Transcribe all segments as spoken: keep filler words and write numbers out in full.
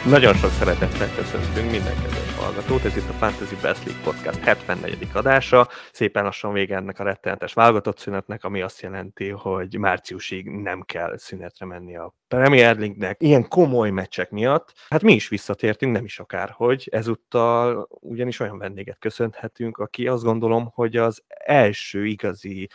Nagyon sok szeretettel köszöntünk minden kedves hallgatót, ez itt a Fantasy Best League Podcast hetvennegyedik adása. Szépen lassan vége ennek a rettenetes válogatott szünetnek, ami azt jelenti, hogy márciusig nem kell szünetre menni a Premier League-nek. Ilyen komoly meccsek miatt, hát mi is visszatértünk, nem is akárhogy. Ezúttal ugyanis olyan vendéget köszönhetünk, aki azt gondolom, hogy az első igazi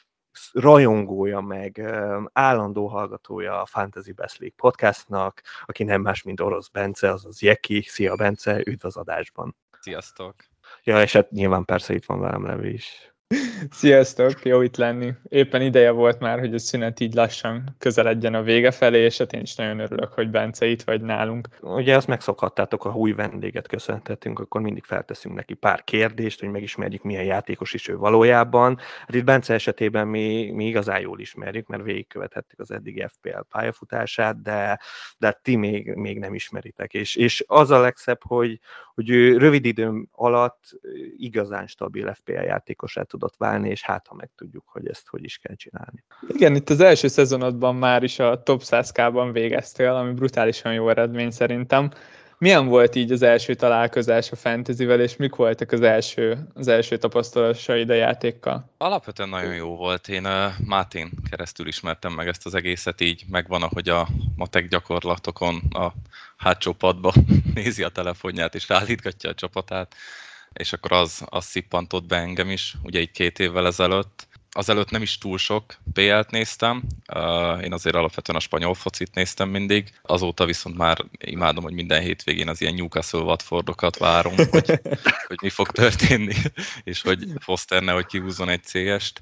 rajongója, meg állandó hallgatója a Fantasy Best League podcastnak, aki nem más, mint Orosz Bence, azaz Jeki. Szia Bence, üdv az adásban. Sziasztok! Ja, és hát nyilván persze itt van velem Levi is. Sziasztok, jó itt lenni. Éppen ideje volt már, hogy a szünet így lassan közeledjen a vége felé, és hát én is nagyon örülök, hogy Bence itt vagy nálunk. Ugye azt megszokhattátok, ha új vendéget köszönhetünk, akkor mindig felteszünk neki pár kérdést, hogy megismerjük, milyen játékos is ő valójában. Hát itt Bence esetében mi, mi igazán jól ismerjük, mert végigkövethettük az eddigi ef pé el pályafutását, de, de ti még, még nem ismeritek. És, és az a legszebb, hogy, hogy ő rövid időn alatt igazán stabil ef pé el játékosát tudott válni, és hát, ha megtudjuk, hogy ezt hogy is kell csinálni. Igen, itt az első szezonodban már is a top száz ká-ban végeztél, ami brutálisan jó eredmény szerintem. Milyen volt így az első találkozás a fantasyvel, és mik voltak az első, az első tapasztalasaid a játékkal? Alapvetően nagyon jó volt. Én uh, Mátén keresztül ismertem meg ezt az egészet, így megvan, ahogy a matek gyakorlatokon a hátsó padba nézi a telefonját, és ráállítgatja a csapatát, és akkor az, az szippantott be engem is, ugye így két évvel ezelőtt. Azelőtt nem is túl sok pé el-t néztem, én azért alapvetően a spanyol focit néztem mindig, azóta viszont már imádom, hogy minden hétvégén az ilyen Newcastle-Watfordokat várom, hogy, hogy mi fog történni, és hogy Foster ne, hogy kihúzzon egy cé est.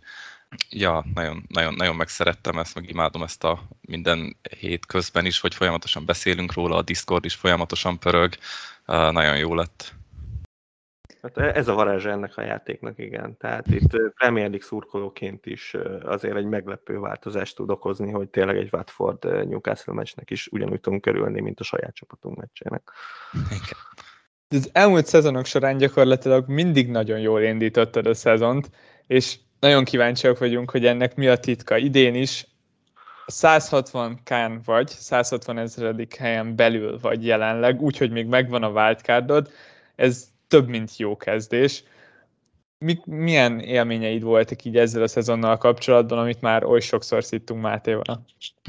Ja, nagyon, nagyon, nagyon megszerettem ezt, meg imádom ezt a minden hét közben is, hogy folyamatosan beszélünk róla, a Discord is folyamatosan pörög, nagyon jó lett. Hát ez a varázsa ennek a játéknak, igen. Tehát itt Premier League szurkolóként is azért egy meglepő változást tud okozni, hogy tényleg egy Watford Newcastle meccsnek is ugyanúgy tudunk körülni, mint a saját csapatunk meccsének. Az elmúlt szezonok során gyakorlatilag mindig nagyon jól indítottad a szezont, és nagyon kíváncsiak vagyunk, hogy ennek mi a titka. Idén is száz hatvan kán vagy, száz hatvan ezredik helyen belül vagy jelenleg, úgyhogy még megvan a wildcardod. Ez több, mint jó kezdés. Mi, milyen élményeid voltak így ezzel a szezonnal kapcsolatban, amit már oly sokszor szittunk Mátéval?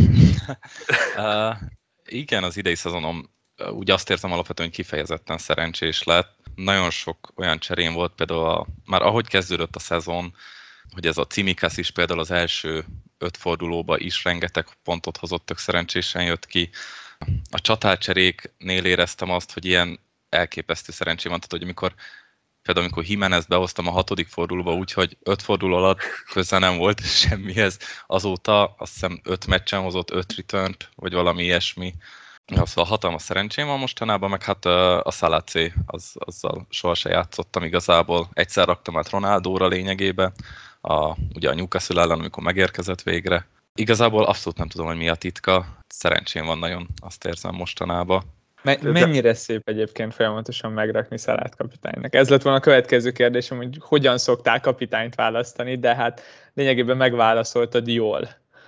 uh, igen, az idei szezonom úgy azt értem alapvetően, hogy kifejezetten szerencsés lett. Nagyon sok olyan cserén volt, például a, már ahogy kezdődött a szezon, hogy ez a Tsimikas is például az első öt fordulóba is rengeteg pontot hozott, tök szerencsésen jött ki. A csatárcseréknél éreztem azt, hogy ilyen elképesztő szerencsém van, tehát, hogy amikor például amikor Jiménezt behoztam a hatodik fordulóba, úgyhogy öt forduló alatt közel nem volt semmihez. Azóta azt hiszem öt meccsen hozott öt returnt, vagy valami ilyesmi. Ja, szóval hatalmas szerencsém van mostanában, meg hát a Salacé, az, azzal sohasem játszottam igazából. Egyszer raktam át Ronaldóra lényegébe, a, ugye a Newcastle ellen, amikor megérkezett végre. Igazából abszolút nem tudom, hogy mi a titka. Szerencsém van nagyon, azt érzem mostanában. Mennyire szép egyébként folyamatosan megrakni Salát kapitánynak? Ez lett volna a következő kérdésem, hogy hogyan szoktál kapitányt választani, de hát lényegében megválaszoltad jól.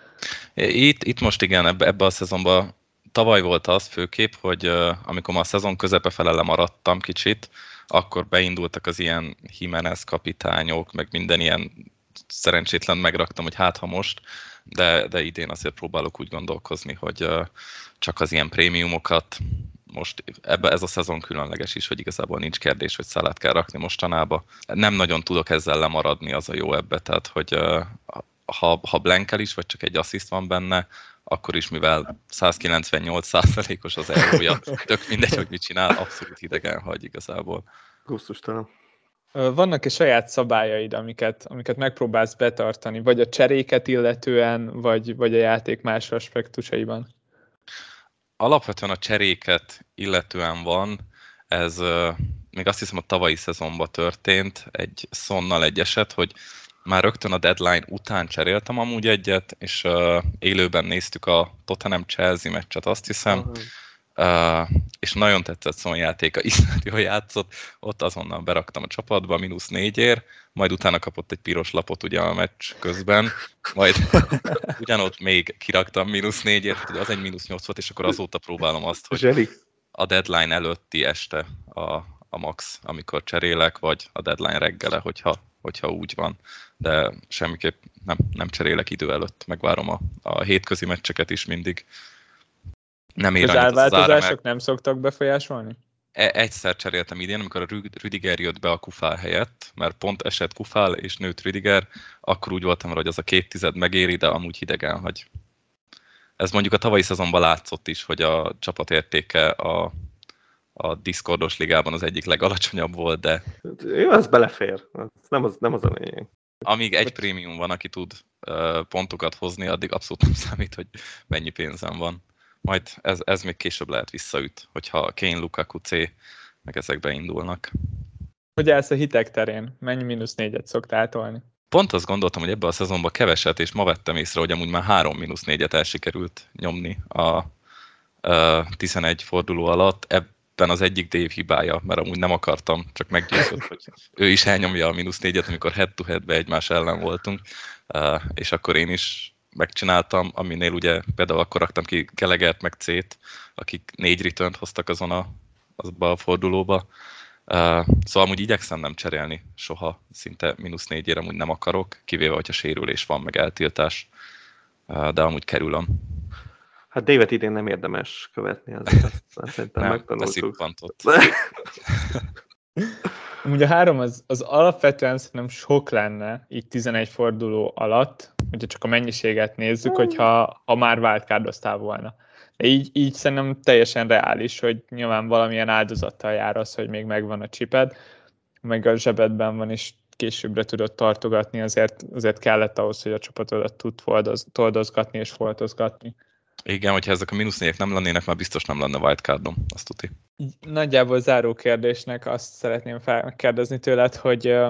Itt, itt most igen, ebbe, ebbe a szezonban tavaly volt az főkép, hogy uh, amikor már a szezon közepe fele lemaradtam kicsit, akkor beindultak az ilyen Jiménez kapitányok, meg minden ilyen szerencsétlen megraktam, hogy hát ha most, de, de idén azért próbálok úgy gondolkozni, hogy uh, csak az ilyen prémiumokat. Most ebbe ez a szezon különleges is, hogy igazából nincs kérdés, hogy Salát kell rakni mostanában. Nem nagyon tudok ezzel lemaradni, az a jó ebbe, tehát hogy uh, ha, ha blankel is, vagy csak egy assziszt van benne, akkor is, mivel százkilencvennyolc százalékos az eurója, tök mindegy, hogy mit csinál, abszolút hidegen hagy igazából. Gusztustalan. Vannak-e saját szabályaid, amiket, amiket megpróbálsz betartani, vagy a cseréket illetően, vagy, vagy a játék más aspektusaiban? Alapvetően a cseréket illetően van, ez uh, még azt hiszem a tavalyi szezonban történt, egy Sonnal egy eset, hogy már rögtön a deadline után cseréltem amúgy egyet, és uh, élőben néztük a Tottenham-Chelsea meccset, azt hiszem, uh-huh. uh, és nagyon tetszett Son játéka, iszonyat jól játszott, ott azonnal beraktam a csapatba, mínusz négyért, majd utána kapott egy piros lapot ugye a meccs közben, majd ugyanott még kiraktam mínusz négyért, hogy az egy mínusz nyolc volt, és akkor azóta próbálom azt, hogy... Zseli. a deadline előtti este a, a max, amikor cserélek, vagy a deadline reggele, hogyha, hogyha úgy van. De semmiképp nem, nem cserélek idő előtt, megvárom a, a hétközi meccseket is mindig. Nem ér az annyit az az ára, árváltozások nem szoktak befolyásolni? Egyszer cseréltem idén, amikor a Rüdiger jött be a Kufál helyett, mert pont esett Kufál és nőtt Rüdiger, akkor úgy voltam rá, hogy az a két tized megéri, de amúgy hidegen hagy. Ez mondjuk a tavalyi szezonban látszott is, hogy a csapat értéke a, a Discordos ligában az egyik legalacsonyabb volt, de... Jó, ez belefér. Ez nem az, nem az a lényeg. Amíg egy prémium van, aki tud uh, pontokat hozni, addig abszolút nem számít, hogy mennyi pénzem van. Majd ez, ez még később lehet visszaüt, hogyha Kane, Lukaku, C, meg ezek beindulnak. Hogy állsz a hitek terén? Mennyi mínusz négyet szoktál tolni? Pont azt gondoltam, hogy ebben a szezonban keveset, és ma vettem észre, hogy amúgy már három mínusz négyet el sikerült nyomni a, a tizenegy forduló alatt. Ebben az egyik Dave hibája, mert amúgy nem akartam, csak meggyőzött, hogy ő is elnyomja a mínusz négyet, amikor head-to-headbe egymás ellen voltunk, és akkor én is megcsináltam, aminél ugye például akkor raktam ki Gallaghert meg C-t, akik négy returnt hoztak azon a, azba a fordulóba. Uh, szóval amúgy igyekszem nem cserélni soha, szinte mínusz négyére amúgy nem akarok, kivéve, hogyha sérülés van, meg eltiltás, uh, de amúgy kerülöm. Hát David idén nem érdemes követni, azért szerintem nem, megtanultuk. Amúgy a három az, az alapvetően szerintem sok lenne így tizenegy forduló alatt, hogyha csak a mennyiséget nézzük, hogyha ha már wildcardoztál volna. De így, így szerintem teljesen reális, hogy nyilván valamilyen áldozattal jár az, hogy még megvan a csiped, meg a zsebedben van, és későbbre tudod tartogatni, azért, azért kellett ahhoz, hogy a csapatodat tud foldoz, toldozgatni és foltozgatni. Igen, hogyha ezek a mínusz négyek nem lennének, már biztos nem lenne wildcardom, azt tuti. Nagyjából záró kérdésnek azt szeretném felkérdezni tőled, hogy uh,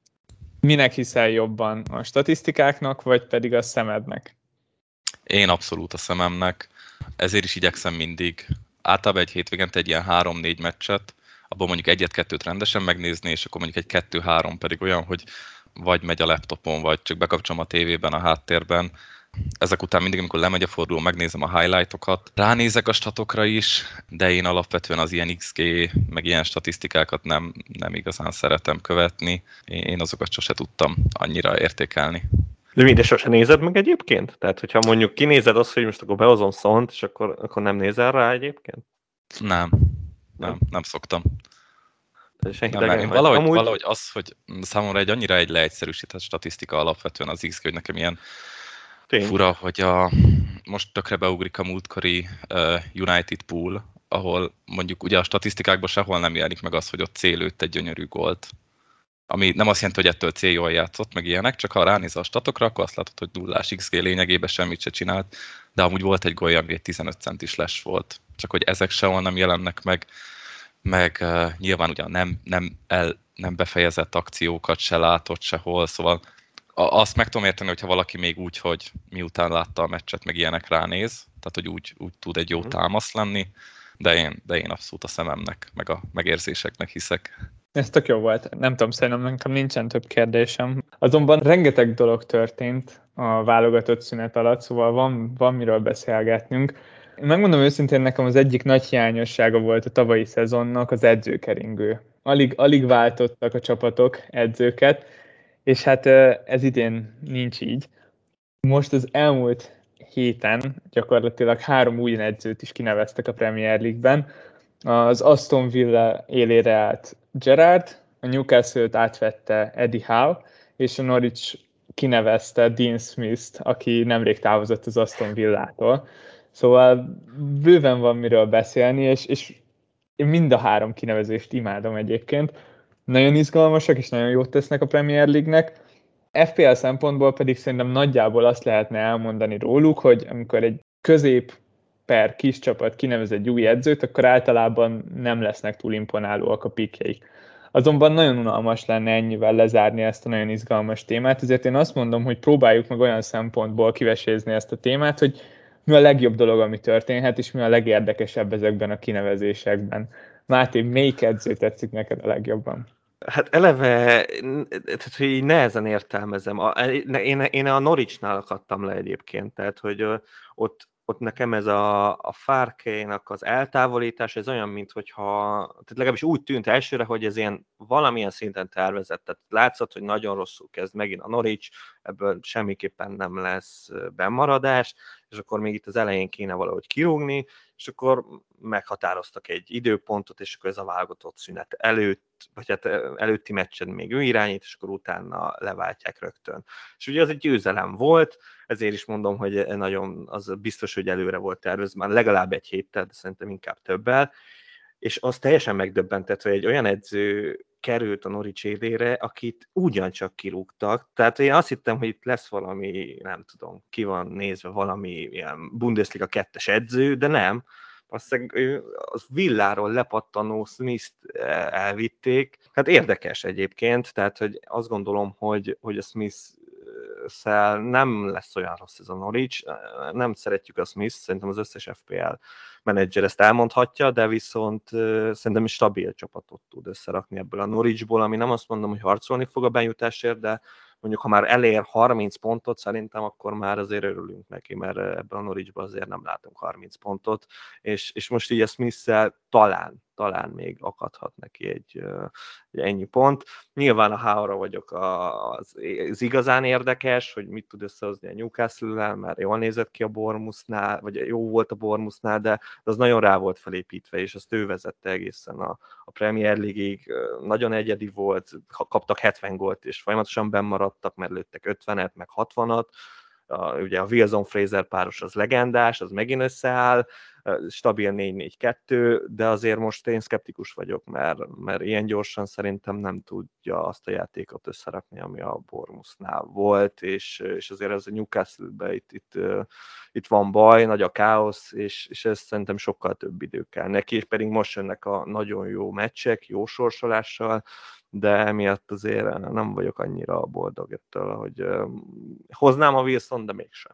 minek hiszel jobban, a statisztikáknak, vagy pedig a szemednek? Én abszolút a szememnek, ezért is igyekszem mindig. Általában egy hétvégente egy ilyen három-négy meccset, abban mondjuk egyet-kettőt rendesen megnézni, és akkor mondjuk egy kettő-három pedig olyan, hogy vagy megy a laptopon, vagy csak bekapcsolom a tévében, a háttérben. Ezek után mindig, amikor lemegy a forduló, megnézem a highlightokat. Ránézek a statokra is, de én alapvetően az ilyen iksz gé, meg ilyen statisztikákat nem, nem igazán szeretem követni. Én azokat sose tudtam annyira értékelni. De mindegy, sose nézed meg egyébként? Tehát, hogyha mondjuk kinézed azt, hogy most akkor behozom Szont, és akkor, akkor nem nézel rá egyébként? Nem, nem, nem szoktam. Nem, nem, valahogy, Amúgy... valahogy az, hogy számomra egy annyira egy leegyszerűsített statisztika alapvetően az iksz gé, hogy nekem ilyen Tény. fura, hogy a, most tökre beugrik a múltkori uh, United Pool, ahol mondjuk ugye a statisztikákban sehol nem jelenik meg az, hogy ott C lőtt egy gyönyörű gólt. Ami nem azt jelenti, hogy ettől C jól játszott, meg ilyenek, csak ha ránéz a statokra, akkor azt látod, hogy nullás iksz gé lényegében semmit se csinált, de amúgy volt egy gólja, ami egy tizenöt centis les volt. Csak hogy ezek sehol nem jelennek meg, meg uh, nyilván ugye nem, nem, el, nem befejezett akciókat se látott sehol, szóval azt meg tudom érteni, hogyha valaki még úgy, hogy miután látta a meccset, meg ilyenek ránéz, tehát hogy úgy, úgy tud egy jó támasz lenni, de én, de én abszolút a szememnek, meg a megérzéseknek hiszek. Ez tök jó volt. Nem tudom, szerintem nekem nincsen több kérdésem. Azonban rengeteg dolog történt a válogatott szünet alatt, szóval van, van miről beszélgetnünk. Én megmondom őszintén, nekem az egyik nagy hiányossága volt a tavalyi szezonnak az edzőkeringő. Alig, alig váltottak a csapatok edzőket, és hát ez idén nincs így. Most az elmúlt héten gyakorlatilag három új edzőt is kineveztek a Premier League-ben. Az Aston Villa élére állt Gerrard, a Newcastle-t átvette Eddie Howe, és a Norwich kinevezte Dean Smith-t, aki nemrég távozott az Aston Villától. Szóval bőven van miről beszélni, és, és én mind a három kinevezést imádom egyébként. Nagyon izgalmasak, és nagyon jót tesznek a Premier League-nek. ef pé el szempontból pedig szerintem nagyjából azt lehetne elmondani róluk, hogy amikor egy közép per kis csapat kinevez egy új edzőt, akkor általában nem lesznek túl imponálóak a pikjeik. Azonban nagyon unalmas lenne ennyivel lezárni ezt a nagyon izgalmas témát, ezért én azt mondom, hogy próbáljuk meg olyan szempontból kivesézni ezt a témát, hogy mi a legjobb dolog, ami történhet, és mi a legérdekesebb ezekben a kinevezésekben. Máté, melyik edző tetszik neked a legjobban? Hát eleve, tehát, hogy így nehezen értelmezem. A, én, én a Norwichnál akadtam le egyébként, tehát hogy ott ott nekem ez a, a Farke-nak az eltávolítás, ez olyan, mintha, tehát legalábbis úgy tűnt elsőre, hogy ez ilyen valamilyen szinten tervezett, tehát látszott, hogy nagyon rosszul kezd megint a Norwich, ebből semmiképpen nem lesz bennmaradás, és akkor még itt az elején kéne valahogy kirúgni, és akkor meghatároztak egy időpontot, és akkor ez a válogatott szünet előtt, vagy hát előtti meccsen még ő irányít, és akkor utána leváltják rögtön. És ugye az egy győzelem volt, ezért is mondom, hogy nagyon, az biztos, hogy előre volt tervezve, már legalább egy héttel, de szerintem inkább többel, és az teljesen megdöbbentett, hogy egy olyan edző került a Norwich élére, akit ugyancsak kirúgtak. Tehát én azt hittem, hogy itt lesz valami, nem tudom, ki van nézve valami ilyen Bundesliga kettes edző, de nem. Aztán az villáról lepattanó Smith-t elvitték. Hát érdekes egyébként, tehát hogy azt gondolom, hogy, hogy a Smith nem lesz olyan rossz ez a Norwich. Nem szeretjük a Smith, szerintem az összes ef pé el menedzser ezt elmondhatja, de viszont szerintem is stabil csapatot tud összerakni ebből a Norwichból, ami nem azt mondom, hogy harcolni fog a bejutásért, de mondjuk, ha már elér harminc pontot, szerintem akkor már azért örülünk neki, mert ebben a Norwichban azért nem látunk harminc pontot, és, és most így a Smith-szel talán, talán még akadhat neki egy, egy ennyi pont. Nyilván a Howe-ra vagyok az, az igazán érdekes, hogy mit tud összehozni a Newcastle-lel, mert jól nézett ki a Bournemouthnál, vagy jó volt a Bournemouthnál, de az nagyon rá volt felépítve, és azt ő vezette egészen a, a Premier League-ig. Nagyon egyedi volt, kaptak hetven gólt, és folyamatosan bennmaradtak, mert lőttek ötvenet, meg hatvanat. A, ugye a Wilson-Fraser páros az legendás, az megint összeáll, stabil négy négy kettő, de azért most én szkeptikus vagyok, mert, mert ilyen gyorsan szerintem nem tudja azt a játékot összerakni, ami a Bournemouthnál volt, és, és azért ez a Newcastle-ben itt, itt, itt van baj, nagy a káosz, és, és ez szerintem sokkal több idő kell neki, és pedig most jönnek a nagyon jó meccsek, jó sorsolással, de emiatt azért nem vagyok annyira boldog ettől, hogy hoznám a Wilson, de mégsem.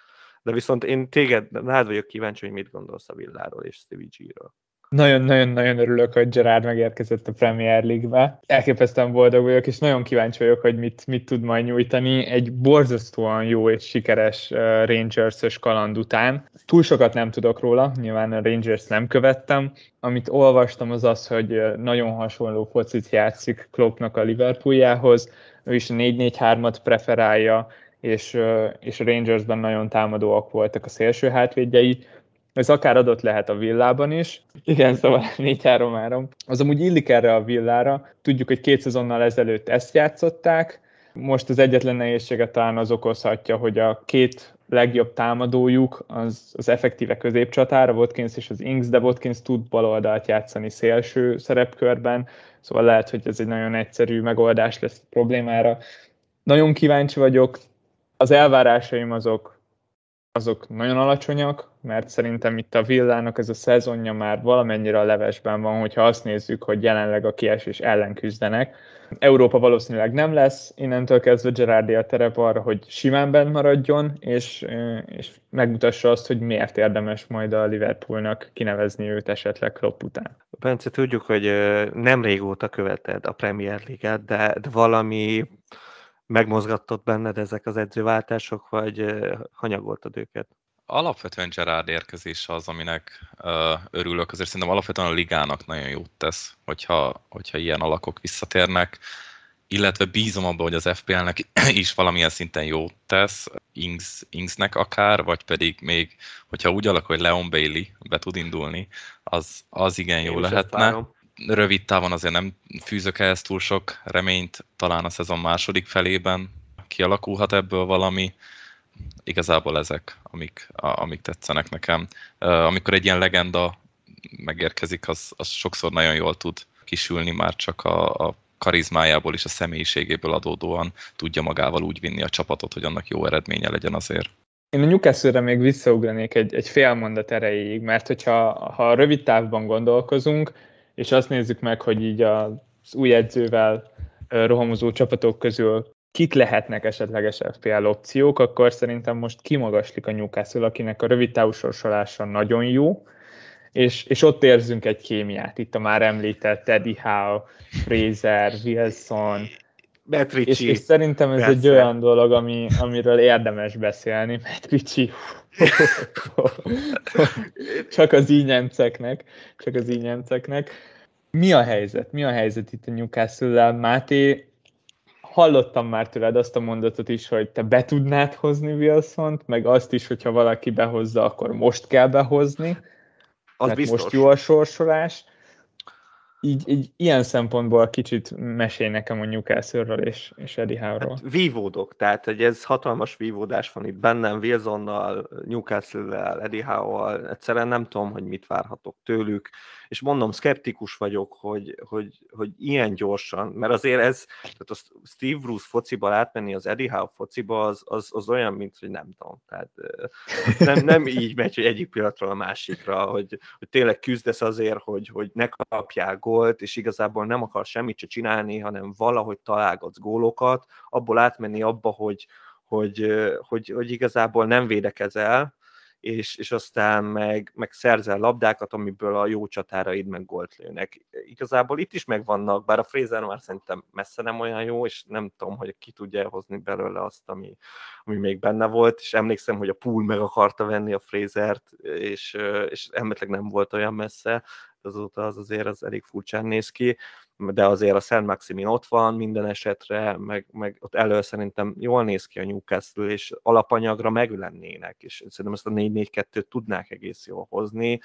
De viszont én téged, rád vagyok kíváncsi, hogy mit gondolsz a Villáról és Stevie G-ről. Nagyon-nagyon-nagyon örülök, hogy Gerrard megérkezett a Premier League-be. Elképesztően boldog vagyok, és nagyon kíváncsi vagyok, hogy mit, mit tud majd nyújtani egy borzasztóan jó és sikeres Rangers-ös kaland után. Túl sokat nem tudok róla, nyilván a Rangers nem követtem. Amit olvastam, az az, hogy nagyon hasonló focit játszik Kloppnak a Liverpooljához, ő is a négy négy hármat preferálja, és, és a Rangersben nagyon támadóak voltak a szélső hátvédjei. Ez akár adott lehet a Villában is. Igen, szóval négy három három. Az amúgy illik erre a Villára. Tudjuk, hogy két szezonnal ezelőtt ezt játszották. Most az egyetlen nehézséget talán az okozhatja, hogy a két legjobb támadójuk az, az effektíve középcsatára, Watkins és az Ings, de Watkins tud baloldalt játszani szélső szerepkörben, szóval lehet, hogy ez egy nagyon egyszerű megoldás lesz a problémára. Nagyon kíváncsi vagyok. Az elvárásaim azok azok nagyon alacsonyak, mert szerintem itt a Villának ez a szezonja már valamennyire a levesben van, hogyha azt nézzük, hogy jelenleg a kiesés ellen küzdenek. Európa valószínűleg nem lesz, innentől kezdve Gerrardé a terep arra, hogy simán bent maradjon, és, és megmutassa azt, hogy miért érdemes majd a Liverpoolnak kinevezni őt esetleg Klopp után. Bence, tudjuk, hogy nem régóta követed a Premier League-et, de, de valami megmozgattott benned ezek az edzőváltások, vagy hanyagoltad őket? Alapvetően Gerrard érkezése az, aminek uh, örülök. Azért szerintem alapvetően a ligának nagyon jót tesz, hogyha, hogyha ilyen alakok visszatérnek, illetve bízom abban, hogy az ef pé el-nek is valamilyen szinten jót tesz, Ings, Ingsnek akár, vagy pedig még, hogyha úgy alakul, hogy Leon Bailey be tud indulni, az, az igen jó lehetne. Rövid távon azért nem fűzök ehhez túl sok reményt, talán a szezon második felében kialakulhat ebből valami. Igazából ezek, amik, amik tetszenek nekem. Amikor egy ilyen legenda megérkezik, az, az sokszor nagyon jól tud kisülni, már csak a, a karizmájából és a személyiségéből adódóan tudja magával úgy vinni a csapatot, hogy annak jó eredménye legyen azért. Én a Newcastle-re még visszaugranék egy, egy fél mondat erejéig, mert hogyha ha rövid távban gondolkozunk, és azt nézzük meg, hogy így az új edzővel rohamozó csapatok közül kik lehetnek esetleges ef pé el opciók, akkor szerintem most kimagaslik a Newcastle, akinek a rövid távú sorsolása nagyon jó, és, és ott érzünk egy kémiát. Itt a már említett Eddie Howe, Fraser, Wilson, Matt Ritchie. És, és szerintem ez persze. egy olyan dolog, ami, amiről érdemes beszélni. Matt Ritchie. Csak az ínyemceknek. Csak az ínyemceknek. Mi a helyzet? Mi a helyzet itt a Newcastle-lel? Máté, hallottam már tőled azt a mondatot is, hogy te be tudnád hozni Wilsont, meg azt is, hogyha valaki behozza, akkor most kell behozni. Az mert biztos. Most jó a sorsolás. Így, így ilyen szempontból kicsit mesélj nekem a Newcastle-ről és, és Eddie Howe-ról. Hát vívódok, tehát hogy ez hatalmas vívódás van itt bennem, Wilsonnal, Newcastle-lel, Eddie Howe-val, egyszerűen nem tudom, hogy mit várhatok tőlük, és mondom, szkeptikus vagyok, hogy, hogy, hogy ilyen gyorsan, mert azért ez, tehát a Steve Bruce fociba átmenni az Eddie Howe fociba, az, az, az olyan, mint hogy nem tudom, tehát nem, nem így megy, hogy egyik pillanatról a másikra, hogy, hogy tényleg küzdesz azért, hogy, hogy ne kapjál gólt, és igazából nem akar semmit se csinálni, hanem valahogy találgatsz gólokat, abból átmenni abba, hogy, hogy, hogy, hogy igazából nem védekezel, és, és aztán meg, meg szerzel labdákat, amiből a jó csatáraid meg gólt lőnek. Igazából itt is megvannak, bár a Fraser már szerintem messze nem olyan jó, és nem tudom, hogy ki tudja hozni belőle azt, ami, ami még benne volt, és emlékszem, hogy a Pool meg akarta venni a Frasert, és, és emetleg nem volt olyan messze, azóta az azért az elég furcsán néz ki, de azért a Saint Maximin ott van minden esetre, meg, meg ott elő szerintem jól néz ki a Newcastle, és alapanyagra meglennének, és szerintem ezt a négy négy kettőt tudnák egész jól hozni,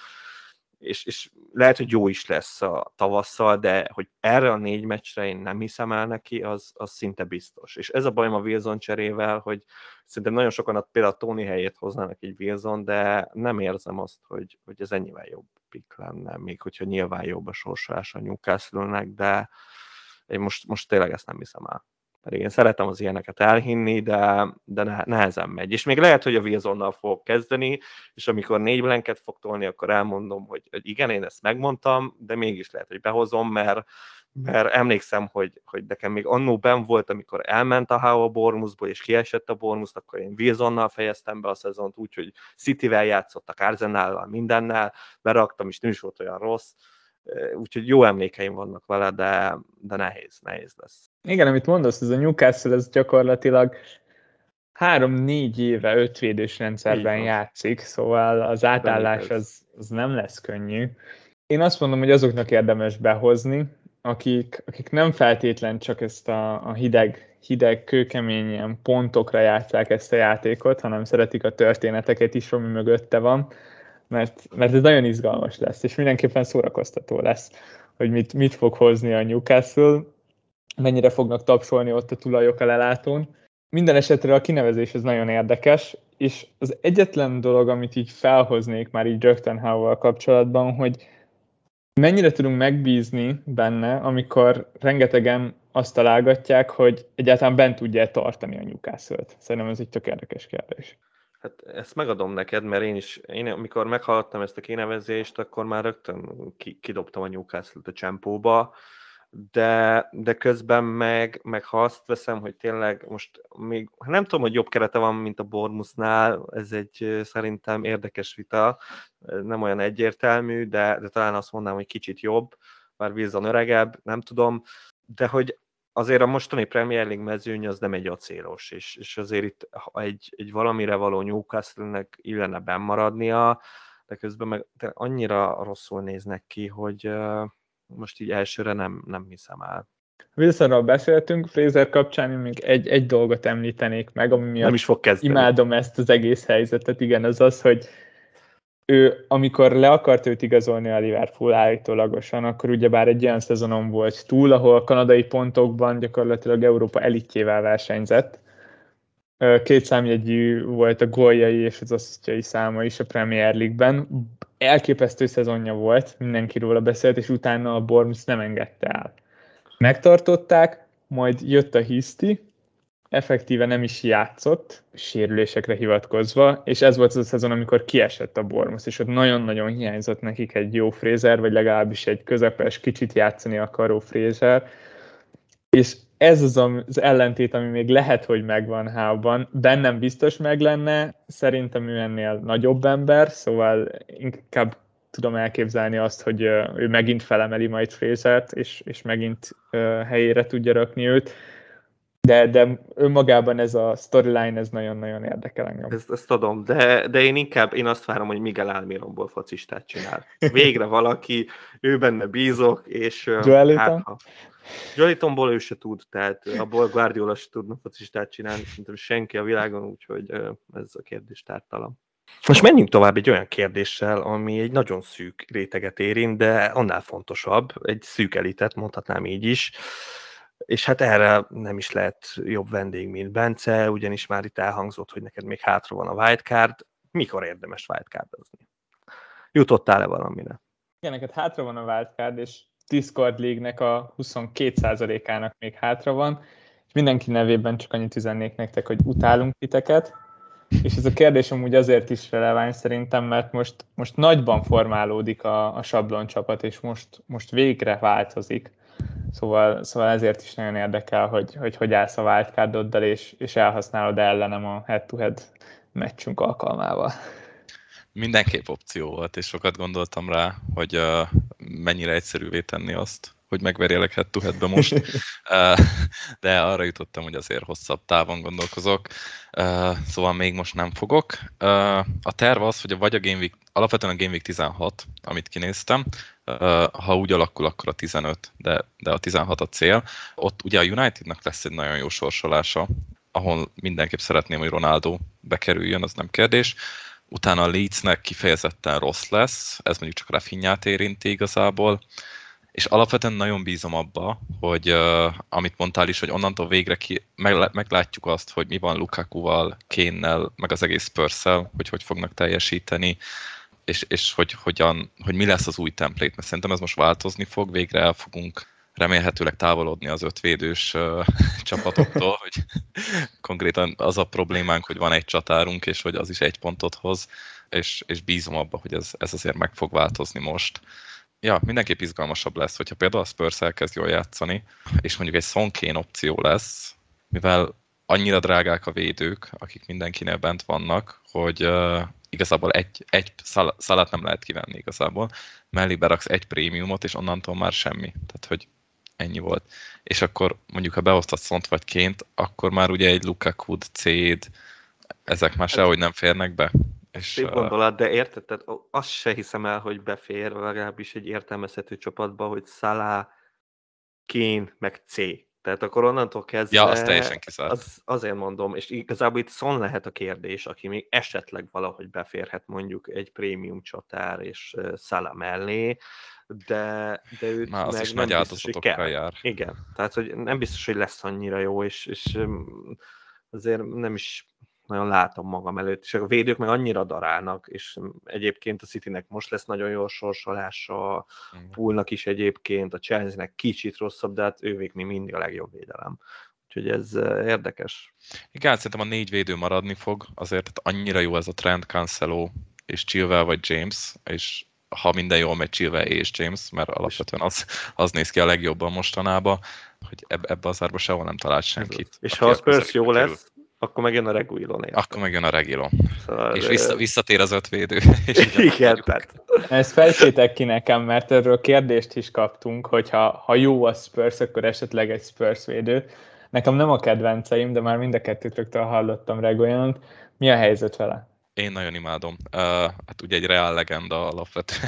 és, és lehet, hogy jó is lesz a tavasszal, de hogy erre a négy meccsre én nem hiszem el neki, az, az szinte biztos. És ez a bajom a Wilson cserével, hogy szerintem nagyon sokan például a Tony helyét hoznának egy Wilson, de nem érzem azt, hogy, hogy ez ennyivel jobb pick lenne, még hogyha nyilván jobb a sorsolás a Newcastle-nek, de én most, most tényleg ezt nem hiszem el. Pedig én szeretem az ilyeneket elhinni, de, de nehezen megy. És még lehet, hogy a Wilsonnal fogok kezdeni, és amikor négy blanket fog tolni, akkor elmondom, hogy, hogy igen, én ezt megmondtam, de mégis lehet, hogy behozom, mert, mert emlékszem, hogy, hogy nekem még annó benn volt, amikor elment a Howe a Bournemouthból, és kiesett a Bournemouth, akkor én Wilsonnal fejeztem be a szezont, úgyhogy Cityvel játszottak, Arsenallal, mindennel, beraktam, és nem is volt olyan rossz. Úgyhogy jó emlékeim vannak vele, de, de nehéz, nehéz lesz. Igen, amit mondasz, ez a Newcastle, ez gyakorlatilag három-négy éve ötvédős rendszerben játszik, szóval az átállás az, az nem lesz könnyű. Én azt mondom, hogy azoknak érdemes behozni, akik, akik nem feltétlen csak ezt a, a hideg, hideg, kőkemény ilyen pontokra játsszák ezt a játékot, hanem szeretik a történeteket is, ami mögötte van, mert, mert ez nagyon izgalmas lesz, és mindenképpen szórakoztató lesz, hogy mit, mit fog hozni a Newcastle, mennyire fognak tapsolni ott a tulajok a lelátón. Minden esetre a kinevezés ez nagyon érdekes, és az egyetlen dolog, amit így felhoznék már így rögtön Howe-val kapcsolatban, hogy mennyire tudunk megbízni benne, amikor rengetegen azt találgatják, hogy egyáltalán bent tudja tartani a Newcastle-t. Szerintem ez egy tök érdekes kérdés. Hát ezt megadom neked, mert én is, én amikor meghallottam ezt a kinevezést, akkor már rögtön kidobtam a Newcastle-t a csempóba, de, de közben meg, meg ha azt veszem, hogy tényleg most még, nem tudom, hogy jobb kerete van, mint a Bournemouthnál, ez egy szerintem érdekes vita, nem olyan egyértelmű, de, de talán azt mondanám, hogy kicsit jobb, bár Wilson öregebb, nem tudom, de hogy azért a mostani Premier League mezőny az nem egy acélos, és, és azért itt egy, egy valamire való Newcastle-nek illene benn maradnia, de közben meg annyira rosszul néznek ki, hogy uh, most így elsőre nem, nem hiszem el. Wilsonról beszéltünk, Fraser kapcsán én még egy, egy dolgot említenék meg, ami miatt nem is fog kezdeni. Imádom ezt az egész helyzetet, igen, az az, hogy ő, amikor le akart őt igazolni a Liverpool állítólagosan, akkor ugyebár egy olyan szezonon volt túl, ahol a kanadai pontokban gyakorlatilag Európa elitjével versenyzett. Két számjegyű volt a góljai és az asszisztjai száma is a Premier League-ben. Elképesztő szezonja volt, mindenki róla beszélt, és utána a Bournemouth nem engedte el. Megtartották, majd jött a hiszti, effektíve nem is játszott, sérülésekre hivatkozva, és ez volt az a szezon, amikor kiesett a Bournemouth, és ott nagyon-nagyon hiányzott nekik egy jó Fraser, vagy legalábbis egy közepes, kicsit játszani akaró Fraser, és ez az az ellentét, ami még lehet, hogy megvan Howe-ban, bennem biztos meg lenne, szerintem ő ennél nagyobb ember, szóval inkább tudom elképzelni azt, hogy ő megint felemeli majd Frasert, és, és megint helyére tudja rakni őt. de, de önmagában ez a storyline, ez nagyon-nagyon érdekel engem. Ezt, ezt tudom, de, de én inkább én azt várom, hogy Miguel Almironból focistát csinál. Végre valaki, ő benne bízok, és hát ha Joelitonból ő se tud, tehát abból Guardiola se tudna focistát csinálni, szerintem senki a világon, úgyhogy ez a kérdés tártalan. Most menjünk tovább egy olyan kérdéssel, ami egy nagyon szűk réteget érint, de annál fontosabb, egy szűk elitet, mondhatnám így is, és hát erre nem is lehet jobb vendég, mint Bence, ugyanis már itt elhangzott, hogy neked még hátra van a wildcard. Mikor érdemes wildcardozni? Jutottál-e valamire? Igen, neked hátra van a wildcard, és Discord League-nek a huszonkét százalékának még hátra van, és mindenki nevében csak annyit üzennék nektek, hogy utálunk titeket, és ez a kérdés amúgy azért is releváns szerintem, mert most, most nagyban formálódik a, a sablon csapat, és most, most végre változik. Szóval, szóval ezért is nagyon érdekel, hogy hogy, hogy állsz a wildcardoddal, és, és elhasználod ellenem a head-to-head meccsünk alkalmával. Mindenképp opció volt, és sokat gondoltam rá, hogy uh, mennyire egyszerűvé tenni azt, hogy megverjelek head-to-headbe most, uh, de arra jutottam, hogy azért hosszabb távon gondolkozok, uh, szóval még most nem fogok. Uh, a terv az, hogy vagy a Game Week, alapvetően a Game Week tizenhat, amit kinéztem, uh, ha úgy alakul, akkor a tizenöt, de, de a tizenhat a cél. Ott ugye a Unitednak lesz egy nagyon jó sorsolása, ahol mindenképp szeretném, hogy Ronaldo bekerüljön, az nem kérdés. Utána a Leedsnek kifejezetten rossz lesz, ez mondjuk csak Rafinhát érinti igazából, és alapvetően nagyon bízom abba, hogy uh, amit mondtál is, hogy onnantól végre ki, meg, meglátjuk azt, hogy mi van Lukakuval, Kane-nel, meg az egész Spurs-szel, hogy hogy fognak teljesíteni, és, és hogy, hogyan, hogy mi lesz az új template, mert szerintem ez most változni fog, végre el fogunk remélhetőleg távolodni az ötvédős uh, csapatoktól, hogy konkrétan az a problémánk, hogy van egy csatárunk, és hogy az is egy pontot hoz, és, és bízom abba, hogy ez, ez azért meg fog változni most. Ja, mindenképp izgalmasabb lesz, hogyha például a Spurs elkezd jól játszani, és mondjuk egy Son Kane opció lesz, mivel annyira drágák a védők, akik mindenkinél bent vannak, hogy uh, igazából egy, egy szal- szalát nem lehet kivenni igazából, mellé beraksz egy prémiumot, és onnantól már semmi. Tehát, hogy ennyi volt. És akkor mondjuk, ha beosztod Sont vagy Kane-t, akkor már ugye egy Lukaku-d, C-d, ezek már sehogy nem férnek be. És, szép gondolat, de érted? Tehát azt se hiszem el, hogy befér, legalábbis egy értelmezhető csapatba, hogy Salah, Kane, meg C. Tehát akkor onnantól kezdve... Ja, az teljesen kizárt. Az, azért mondom, és igazából itt Son lehet a kérdés, aki még esetleg valahogy beférhet mondjuk egy prémium csatár és uh, Salah mellé, de, de őt Már az meg is nem nagy biztos, hogy kell. jár. Igen, tehát hogy nem biztos, hogy lesz annyira jó, és, és um, azért nem is nagyon látom magam előtt, és a védők meg annyira darálnak, és egyébként a Citynek most lesz nagyon jó sorsolása, a Poolnak is egyébként, a Chelsea-nek kicsit rosszabb, de hát ővék még mindig a legjobb védelem. Úgyhogy ez érdekes. Igen, szerintem a négy védő maradni fog, azért tehát annyira jó ez a Trent, Cancelo és Chilwell vagy James, és ha minden jól megy, Chilwell és James, mert alapvetően az, az néz ki a legjobban mostanában, hogy eb- ebbe az árba sehol nem talált senkit. És ha a Spurs jó lesz, kerül. Akkor megjön a Reguilon. Akkor megjön a Reguilon. Szóval, és vissza, visszatér az ötvédő. Igen, tehát. Ezt fejtsétek ki nekem, mert erről kérdést is kaptunk, hogy ha, ha jó a Spurs, akkor esetleg egy Spurs védő. Nekem nem a kedvenceim, de már mind a kettőtöktől hallottam Reguilont. Mi a helyzet vele? Én nagyon imádom. Uh, hát ugye egy Real legenda alapvetően.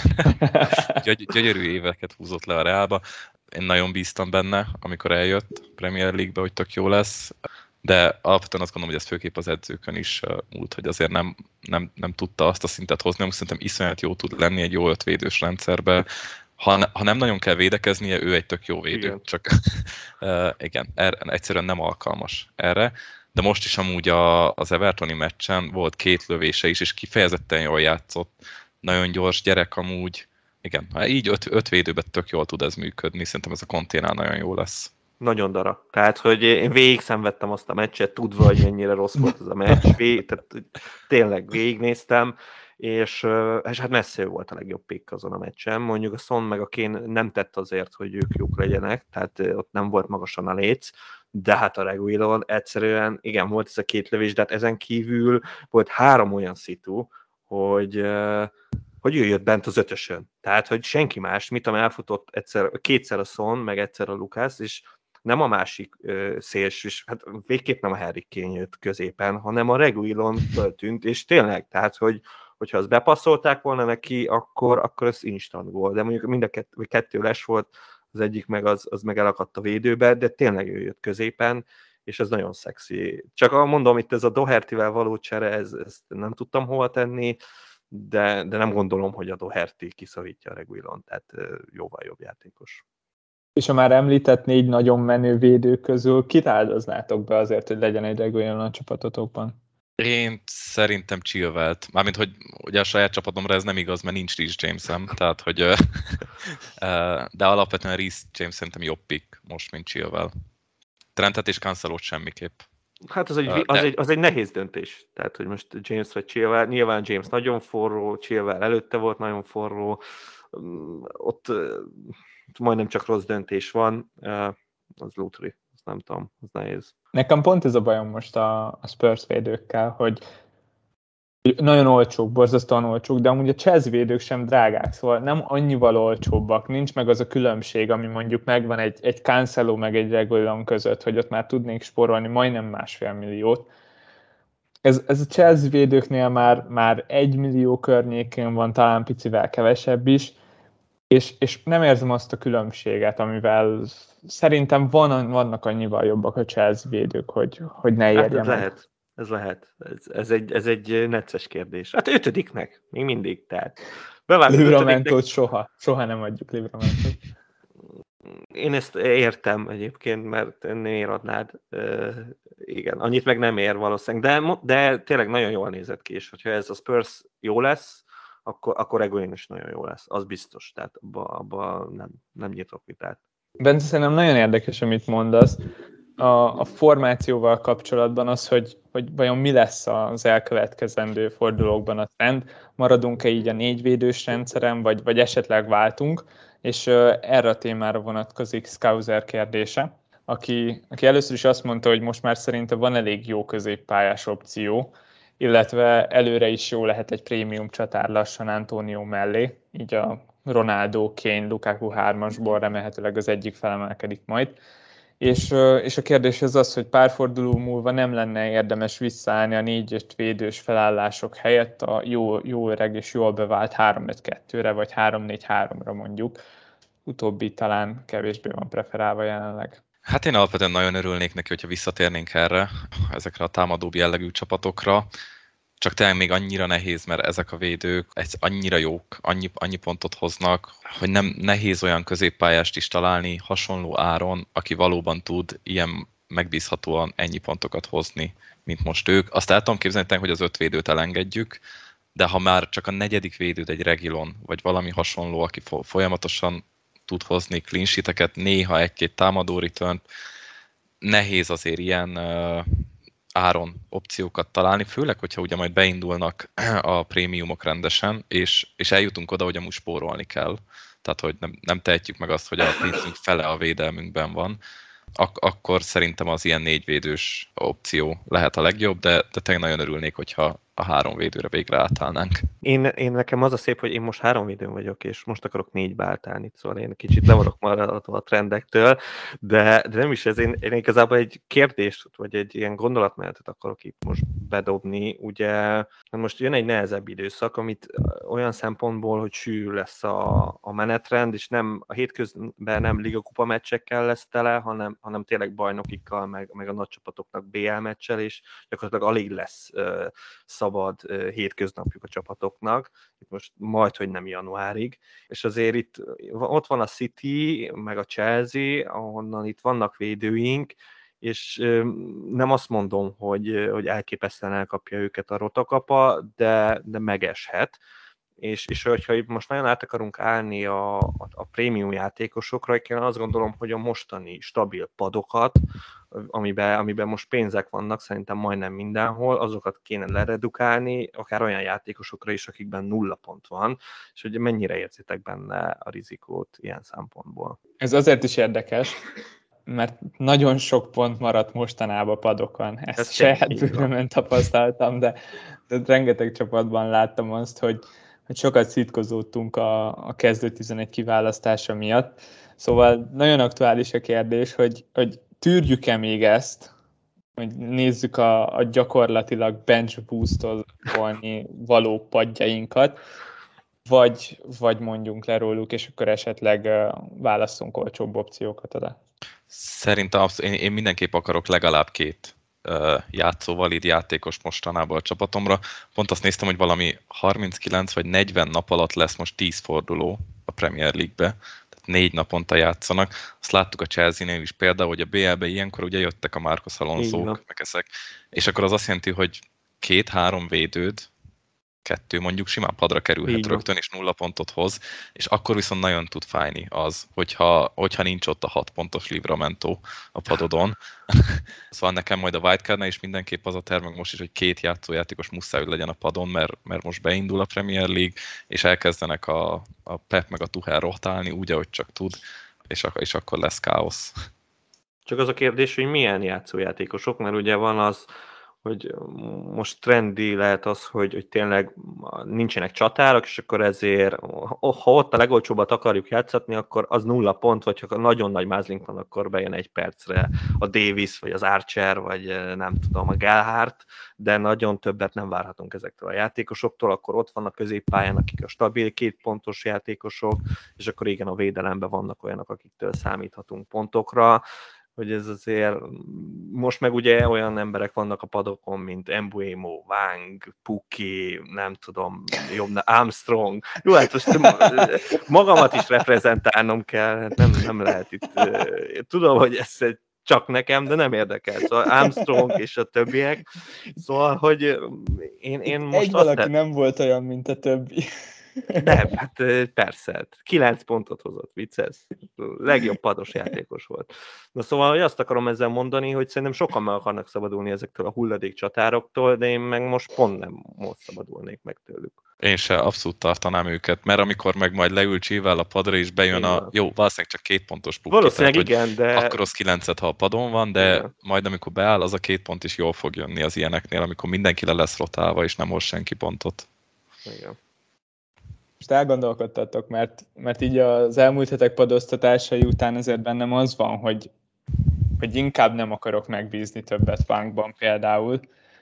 Gyögy- gyönyörű éveket húzott le a Realba. Én nagyon bíztam benne, amikor eljött Premier League-be, hogy tök jó lesz. De alapvetően azt gondolom, hogy ez főképp az edzőkön is uh, múlt, hogy azért nem, nem, nem tudta azt a szintet hozni, amit szerintem iszonyat jó tud lenni egy jó ötvédős rendszerbe. Ha, ne, ha nem nagyon kell védekeznie, ő egy tök jó védő, igen. Csak uh, igen, er, egyszerűen nem alkalmas erre. De most is amúgy a, az Evertoni meccsen volt két lövése is, és kifejezetten jól játszott. Nagyon gyors gyerek amúgy. Igen, ha így öt, öt védőben tök jól tud ez működni, szerintem ez a konténál nagyon jó lesz. Nagyon dara. Tehát, hogy én végig szenvedtem azt a meccset, tudva, hogy mennyire rossz volt ez a meccs. Vég, tehát tényleg végignéztem, és, és hát messze ő volt a legjobb pick azon a meccsen. Mondjuk a Son meg a Kane nem tett azért, hogy ők jók legyenek, tehát ott nem volt magasan a léc, de hát a Reguilon egyszerűen, igen, volt ez a két lövés, de hát ezen kívül volt három olyan szitu, hogy, hogy ő jött bent az ötösön. Tehát, hogy senki más, mit tudom, elfutott egyszer, kétszer a Son, meg egyszer a Lucas, és nem a másik ö, szélsős, hát végképp nem a Harry Kane jött középen, hanem a Reguilon föltűnt, és tényleg, tehát, hogy hogyha azt bepasszolták volna neki, akkor, akkor ez instant gól, de mondjuk mind a kettő, vagy kettő les volt, az egyik meg az, az meg elakadt a védőbe, de tényleg ő jött középen, és ez nagyon szexi. Csak mondom, itt ez a Doherty-vel való csere, ez, ezt nem tudtam hova tenni, de, de nem gondolom, hogy a Doherty kiszorítja a Reguilon, tehát jóval jobb játékos. És a már említett négy nagyon menő védő közül kit áldoznátok be azért, hogy legyen egy Reguilon a csapatotokban? Én szerintem Chilwellt. Mármint, hogy ugye a saját csapatomra ez nem igaz, mert nincs Reece Jamesem, tehát hogy de alapvetően Reece James szerintem jobb pick most, mint Chilwell. Trentet és Cancelót semmiképp. Hát az egy, uh, az, egy, az egy nehéz döntés. Tehát, hogy most James vagy Chilwell, nyilván James nagyon forró, Chilwell előtte volt nagyon forró, ott majdnem csak rossz döntés van, az lútri, azt nem tudom, az nehéz. Nekem pont ez a bajom most a, a Spurs védőkkel, hogy nagyon olcsók, borzasztóan olcsók, de amúgy a Chelsea védők sem drágák, szóval nem annyival olcsóbbak, nincs meg az a különbség, ami mondjuk megvan egy, egy Cancelo meg egy Reguilon között, hogy ott már tudnék spórolni majdnem másfél milliót. Ez, ez a Chelsea védőknél már, már egy millió környékén van, talán picivel kevesebb is, és, és nem érzem azt a különbséget, amivel szerintem van, vannak annyival jobbak a Chelsea védők, hogy, hogy ne érje hát ez meg. Lehet. Ez lehet. Ez, ez, egy, ez egy necces kérdés. Hát ötödiknek, még mindig, tehát. Livramentót soha. Soha nem adjuk Livramentót. Én ezt értem egyébként, mert miért adnád? Uh, igen, annyit meg nem ér valószínűleg, de, de tényleg nagyon jól nézett ki, és hogyha ez a Spurs jó lesz, akkor, akkor Reguilon is nagyon jó lesz, az biztos, tehát abban abba nem, nem nyitok vitát. Bence, szerintem nagyon érdekes, amit mondasz. A, a formációval kapcsolatban az, hogy, hogy vajon mi lesz az elkövetkezendő fordulókban a trend, maradunk-e így a négyvédős rendszeren, vagy, vagy esetleg váltunk, és uh, erre a témára vonatkozik Scouser kérdése, aki, aki először is azt mondta, hogy most már szerintem van elég jó középpályás opció, illetve előre is jó lehet egy prémium csatár lassan Antonio mellé, így a Ronaldo, Kane, Lukaku hármasból remélhetőleg az egyik felemelkedik majd. És, és a kérdés az az, hogy pár forduló múlva nem lenne érdemes visszaállni a négy-öt védős felállások helyett a jó, jó öreg és jól bevált három öt kettőre, vagy három négy háromra mondjuk. Utóbbi talán kevésbé van preferálva jelenleg. Hát én alapvetően nagyon örülnék neki, hogyha visszatérnénk erre, ezekre a támadóbb jellegű csapatokra. Csak tényleg még annyira nehéz, mert ezek a védők annyira jók, annyi, annyi pontot hoznak, hogy nem nehéz olyan középpályást is találni hasonló áron, aki valóban tud ilyen megbízhatóan ennyi pontokat hozni, mint most ők. Azt el tudom képzelni, hogy az öt védőt elengedjük, de ha már csak a negyedik védőd egy Reguilon, vagy valami hasonló, aki folyamatosan tud hozni clean sheeteket, néha egy-két támadó return, nehéz azért ilyen uh, áron opciókat találni, főleg, hogyha ugye majd beindulnak a prémiumok rendesen, és, és eljutunk oda, hogy amúgy spórolni kell. Tehát, hogy nem, nem tehetjük meg azt, hogy a pénzünk fele a védelmünkben van. Ak- akkor szerintem az ilyen négyvédős opció lehet a legjobb, de, de tényleg nagyon örülnék, hogyha a három védőre végre átállnánk. Én, én nekem az a szép, hogy én most három védőn vagyok, és most akarok négybe átállni, szóval én kicsit levarok maradva a trendektől, de, de nem is ez, én, én igazából egy kérdést, vagy egy ilyen gondolatmenetet akarok itt most bedobni. Ugye most jön egy nehezebb időszak, amit olyan szempontból, hogy sűrű lesz a, a menetrend, és nem a hétközben nem ligakupa meccsekkel lesz tele, hanem, hanem tényleg bajnokikkal, meg, meg a nagy csapatoknak bé el meccsel, és gyakorlatilag alig lesz uh, szabad uh, hétköznapjuk a csapatoknak, itt most majd, hogy nem januárig, és azért itt ott van a City, meg a Chelsea, ahonnan itt vannak védőink, és um, nem azt mondom, hogy, hogy elképesztően elkapja őket a rotakapa, de, de megeshet, és, és hogyha itt most nagyon át akarunk állni a, a, a prémium játékosokra, én azt gondolom, hogy a mostani stabil padokat, amiben, amiben most pénzek vannak, szerintem majdnem mindenhol, azokat kéne leredukálni, akár olyan játékosokra is, akikben nulla pont van, és hogy mennyire érzitek benne a rizikót ilyen szempontból. Ez azért is érdekes, mert nagyon sok pont maradt mostanában padokon. Ezt Ez saját bőrömön tapasztaltam, de, de rengeteg csapatban láttam azt, hogy, hogy sokat szitkozódtunk a, a kezdő tizenegy kiválasztása miatt. Szóval nagyon aktuális a kérdés, hogy, hogy tűrjük-e még ezt, hogy nézzük a, a gyakorlatilag bench boostolni való padjainkat, vagy, vagy mondjunk le róluk, és akkor esetleg uh, válasszunk olcsóbb opciókat oda. Szerintem abszol- én, én mindenképp akarok legalább két uh, játszó valid játékos mostanában a csapatomra. Pont azt néztem, hogy valami harminckilenc vagy negyven nap alatt lesz most tíz forduló a Premier League-be. Négy naponta játszanak. Azt láttuk a Chelsea-nél is például, hogy a bé el-be ilyenkor ugye jöttek a Marcos Alonsók, meg ezek, és akkor az azt jelenti, hogy két-három védőd, kettő mondjuk simán padra kerülhet Igen. rögtön, és nulla pontot hoz, és akkor viszont nagyon tud fájni az, hogyha, hogyha nincs ott a hat pontos Livramento a padodon. Szóval nekem majd a wildcardnál is mindenképp az a terv, meg most is, hogy két játszójátékos muszáj, hogy legyen a padon, mert, mert most beindul a Premier League, és elkezdenek a, a Pep meg a Tuchel rotálni úgy, ahogy csak tud, és, ak- és akkor lesz káosz. Csak az a kérdés, hogy milyen játszójátékosok, mert ugye van az, hogy most trendi lehet az, hogy, hogy tényleg nincsenek csatárok, és akkor ezért, ha ott a legolcsóbbat akarjuk játszatni, akkor az nulla pont, vagy ha nagyon nagy mázlink van, akkor bejön egy percre a Davis, vagy az Archer, vagy nem tudom, a Gelhardt, de nagyon többet nem várhatunk ezektől a játékosoktól, akkor ott van a középpályán, akik a stabil két pontos játékosok, és akkor igen, a védelemben vannak olyanok, akiktől számíthatunk pontokra, hogy ez azért, most meg ugye olyan emberek vannak a padokon, mint Mbeumo, Wang, Pukki, nem tudom, jobb, Armstrong. Jó, hát most magamat is reprezentálnom kell, nem, nem lehet itt. Tudom, hogy ez csak nekem, de nem érdekel. Szóval Armstrong és a többiek. Szóval, hogy én, én most Egy valaki te... nem volt olyan, mint a többi. Nem, hát persze, kilenc pontot hozott, vicces. Legjobb pados játékos volt. Na szóval, hogy azt akarom ezzel mondani, hogy szerintem sokan meg akarnak szabadulni ezektől a hulladék csatároktól, de én meg most pont nem most szabadulnék meg tőlük. Én se abszolút tartanám őket, mert amikor meg majd leül Csível a padra, és bejön igen. a... Jó, valószínűleg csak két pontos pukki. Valószínűleg tehát, igen, de... Akkor az kilencet, ha a padon van, de igen. Majd amikor beáll, az a két pont is jól fog jönni az ilyeneknél, amikor mindenki le lesz rotálva, és nem hoz senki pontot. Igen. Most elgondolkodtatok, mert, mert így az elmúlt hetek padoztatásai után azért bennem az van, hogy, hogy inkább nem akarok megbízni többet Wangban például,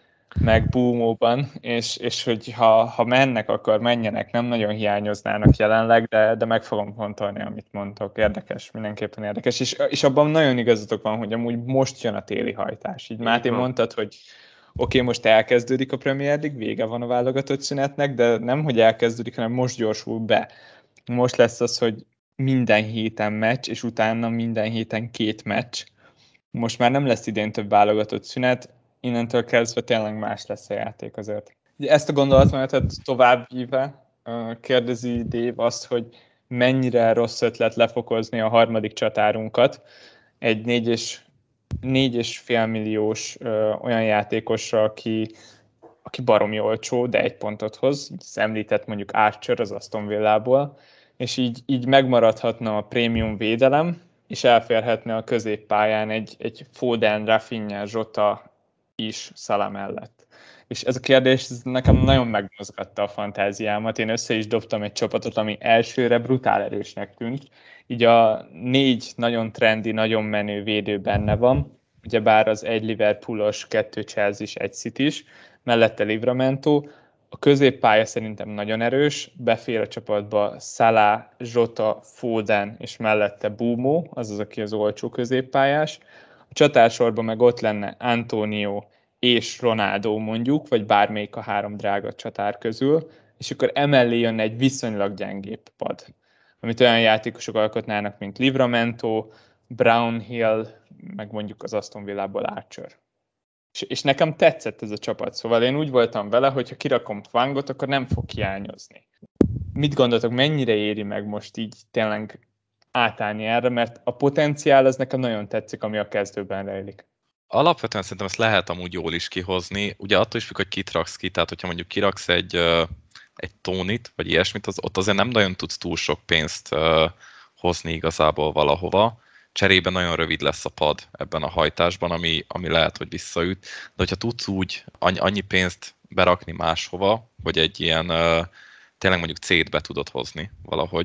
meg Boumóban, és, és hogy ha, ha mennek, akkor menjenek, nem nagyon hiányoznának jelenleg, de, de meg fogom fontolni, amit mondtok. Érdekes, mindenképpen érdekes. És, és abban nagyon igazatok van, hogy amúgy most jön a téli hajtás. Így Máté mondtad, hogy oké, okay, most elkezdődik a Premier League, vége van a válogatott szünetnek, de nem, hogy elkezdődik, hanem most gyorsul be. Most lesz az, hogy minden héten meccs, és utána minden héten két meccs. Most már nem lesz idén több válogatott szünet, innentől kezdve tényleg más lesz a játék azért. Ezt a gondolatmenetet tovább víve kérdezi Dave azt, hogy mennyire rossz ötlet lefokozni a harmadik csatárunkat egy négy és négy és fél milliós ö, olyan játékosra, aki, aki baromi olcsó, de egy pontot hoz. Ez említett mondjuk Archer az Aston Villából, és így, így megmaradhatna a prémium védelem, és elférhetne a középpályán egy, egy Foden, Rafinha, Jota is Salah mellett. És ez a kérdés ez nekem nagyon megmozgatta a fantáziámat. Én össze is dobtam egy csapatot, ami elsőre brutál erősnek tűnt. Így a négy nagyon trendi, nagyon menő védő benne van, ugyebár az egy Liverpoolos, kettő Chelsea-s, egy City-s, mellette Livramento. A középpálya szerintem nagyon erős, befér a csapatba Salah, Jota, Foden és mellette Boumó, azaz aki az olcsó középpályás. A csatársorban meg ott lenne Antonio és Ronaldo mondjuk, vagy bármelyik a három drága csatár közül, és akkor emellé jönne egy viszonylag gyengébb pad, amit olyan játékosok alkotnának, mint Livramento, Brownhill, meg mondjuk az Aston Villából Archer. És, és nekem tetszett ez a csapat, szóval én úgy voltam vele, hogy ha kirakom Wangot, akkor nem fog hiányozni. Mit gondoltok, mennyire éri meg most így tényleg átállni erre, mert a potenciál az nekem nagyon tetszik, ami a kezdőben rejlik. Alapvetően szerintem ezt lehet amúgy jól is kihozni, ugye attól is függ, hogy kit raksz ki, tehát hogyha mondjuk kiraksz egy, egy Tonit, vagy ilyesmit, az, ott azért nem nagyon tudsz túl sok pénzt uh, hozni igazából valahova. Cserében nagyon rövid lesz a pad ebben a hajtásban, ami, ami lehet, hogy visszaüt. De hogyha tudsz úgy annyi, annyi pénzt berakni máshova, hogy egy ilyen uh, tényleg mondjuk C-t be tudod hozni valahogy,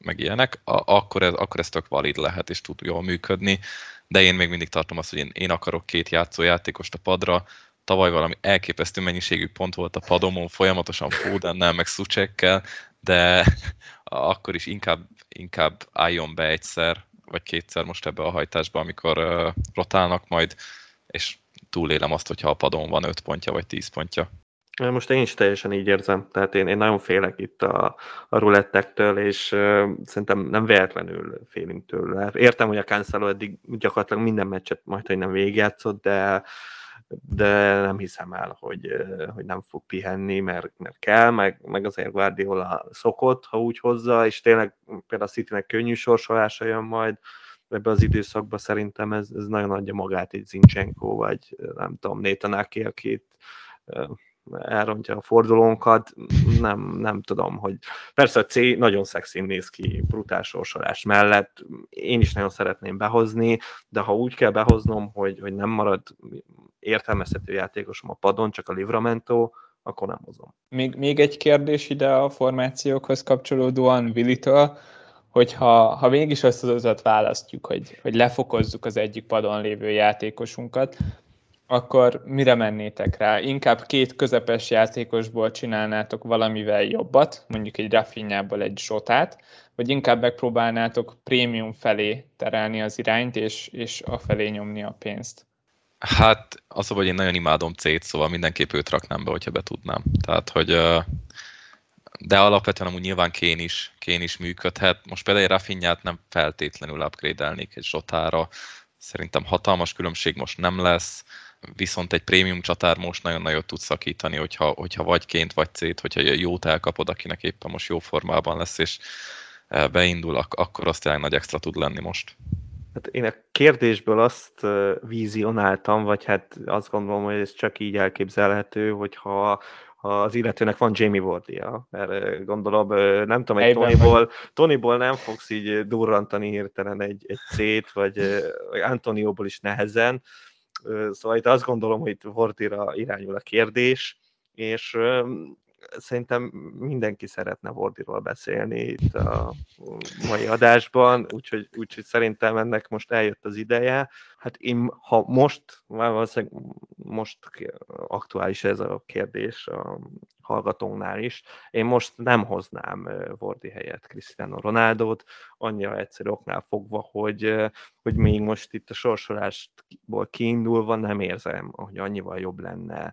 meg ilyenek, a, akkor, ez, akkor ez tök valid lehet, és tud jól működni, de én még mindig tartom azt, hogy én, én akarok két játszójátékost a padra. Tavaly valami elképesztő mennyiségű pont volt a padomon, folyamatosan Fodennel, meg Suchekkel, de akkor is inkább, inkább álljon be egyszer, vagy kétszer most ebbe a hajtásba, amikor uh, rotálnak majd, és túlélem azt, hogyha a padon van öt pontja, vagy tíz pontja. Most én is teljesen így érzem, tehát én, én nagyon félek itt a, a rulettektől, és uh, szerintem nem véletlenül félünk tőle. Értem, hogy a Cancelo eddig gyakorlatilag minden meccset majd, hogy nem végigjátszott, de, de nem hiszem el, hogy, uh, hogy nem fog pihenni, mert, mert kell, meg, meg azért Guardiola szokott, ha úgy hozza, és tényleg például a Citynek könnyű sorsolása jön majd ebbe az időszakban, szerintem ez, ez nagyon adja magát, egy Zinchenko, vagy nem tudom, Nathan Ake, akit uh, elrontja a fordulónkat, nem, nem tudom, hogy persze a C nagyon szexin néz ki brutál sorsolás mellett, én is nagyon szeretném behozni, de ha úgy kell behoznom, hogy, hogy nem marad értelmezhető játékosom a padon, csak a Livramento, akkor nem hozom. Még, még egy kérdés ide a formációkhoz kapcsolódóan Willitől, hogyha ha mégis azt az ötöt választjuk, hogy, hogy lefokozzuk az egyik padon lévő játékosunkat, akkor mire mennétek rá? Inkább két közepes játékosból csinálnátok valamivel jobbat, mondjuk egy Rafinhából egy Zsotát, vagy inkább megpróbálnátok prémium felé terelni az irányt, és, és afelé nyomni a pénzt? Hát az, hogy én nagyon imádom C-t, szóval mindenképp őt raknám be, hogyha be tudnám. Tehát, hogy... De alapvetően amúgy nyilván Kane is, Kane is működhet. Most például egy Rafinhát nem feltétlenül upgrade-elnék egy Zsotára. Szerintem hatalmas különbség most nem lesz. Viszont egy prémium csatár most nagyon nagyot tud szakítani, hogyha, hogyha vagy Ként, vagy C-t, hogyha jót elkapod, akinek éppen most jó formában lesz, és beindul, akkor az tényleg nagy extra tud lenni most. Hát én a kérdésből azt vizionáltam, vagy hát azt gondolom, hogy ez csak így elképzelhető, hogyha ha az illetőnek van Jamie Vardy-ja, mert gondolom, nem tudom, egy Tonyból, Tonyból nem fogsz így durrantani hirtelen egy, egy C-t, vagy Antonióból is nehezen. Szóval itt azt gondolom, hogy itt Vardyra irányul a kérdés, és szerintem mindenki szeretne Vardyról beszélni itt a mai adásban, úgyhogy, úgyhogy szerintem ennek most eljött az ideje. Hát én, ha most, valószínűleg most aktuális ez a kérdés a hallgatónknál is, én most nem hoznám Vardy helyett Cristiano Ronaldót, annyira egyszerű oknál fogva, hogy, hogy még most itt a sorsolásból kiindulva nem érzem, hogy annyival jobb lenne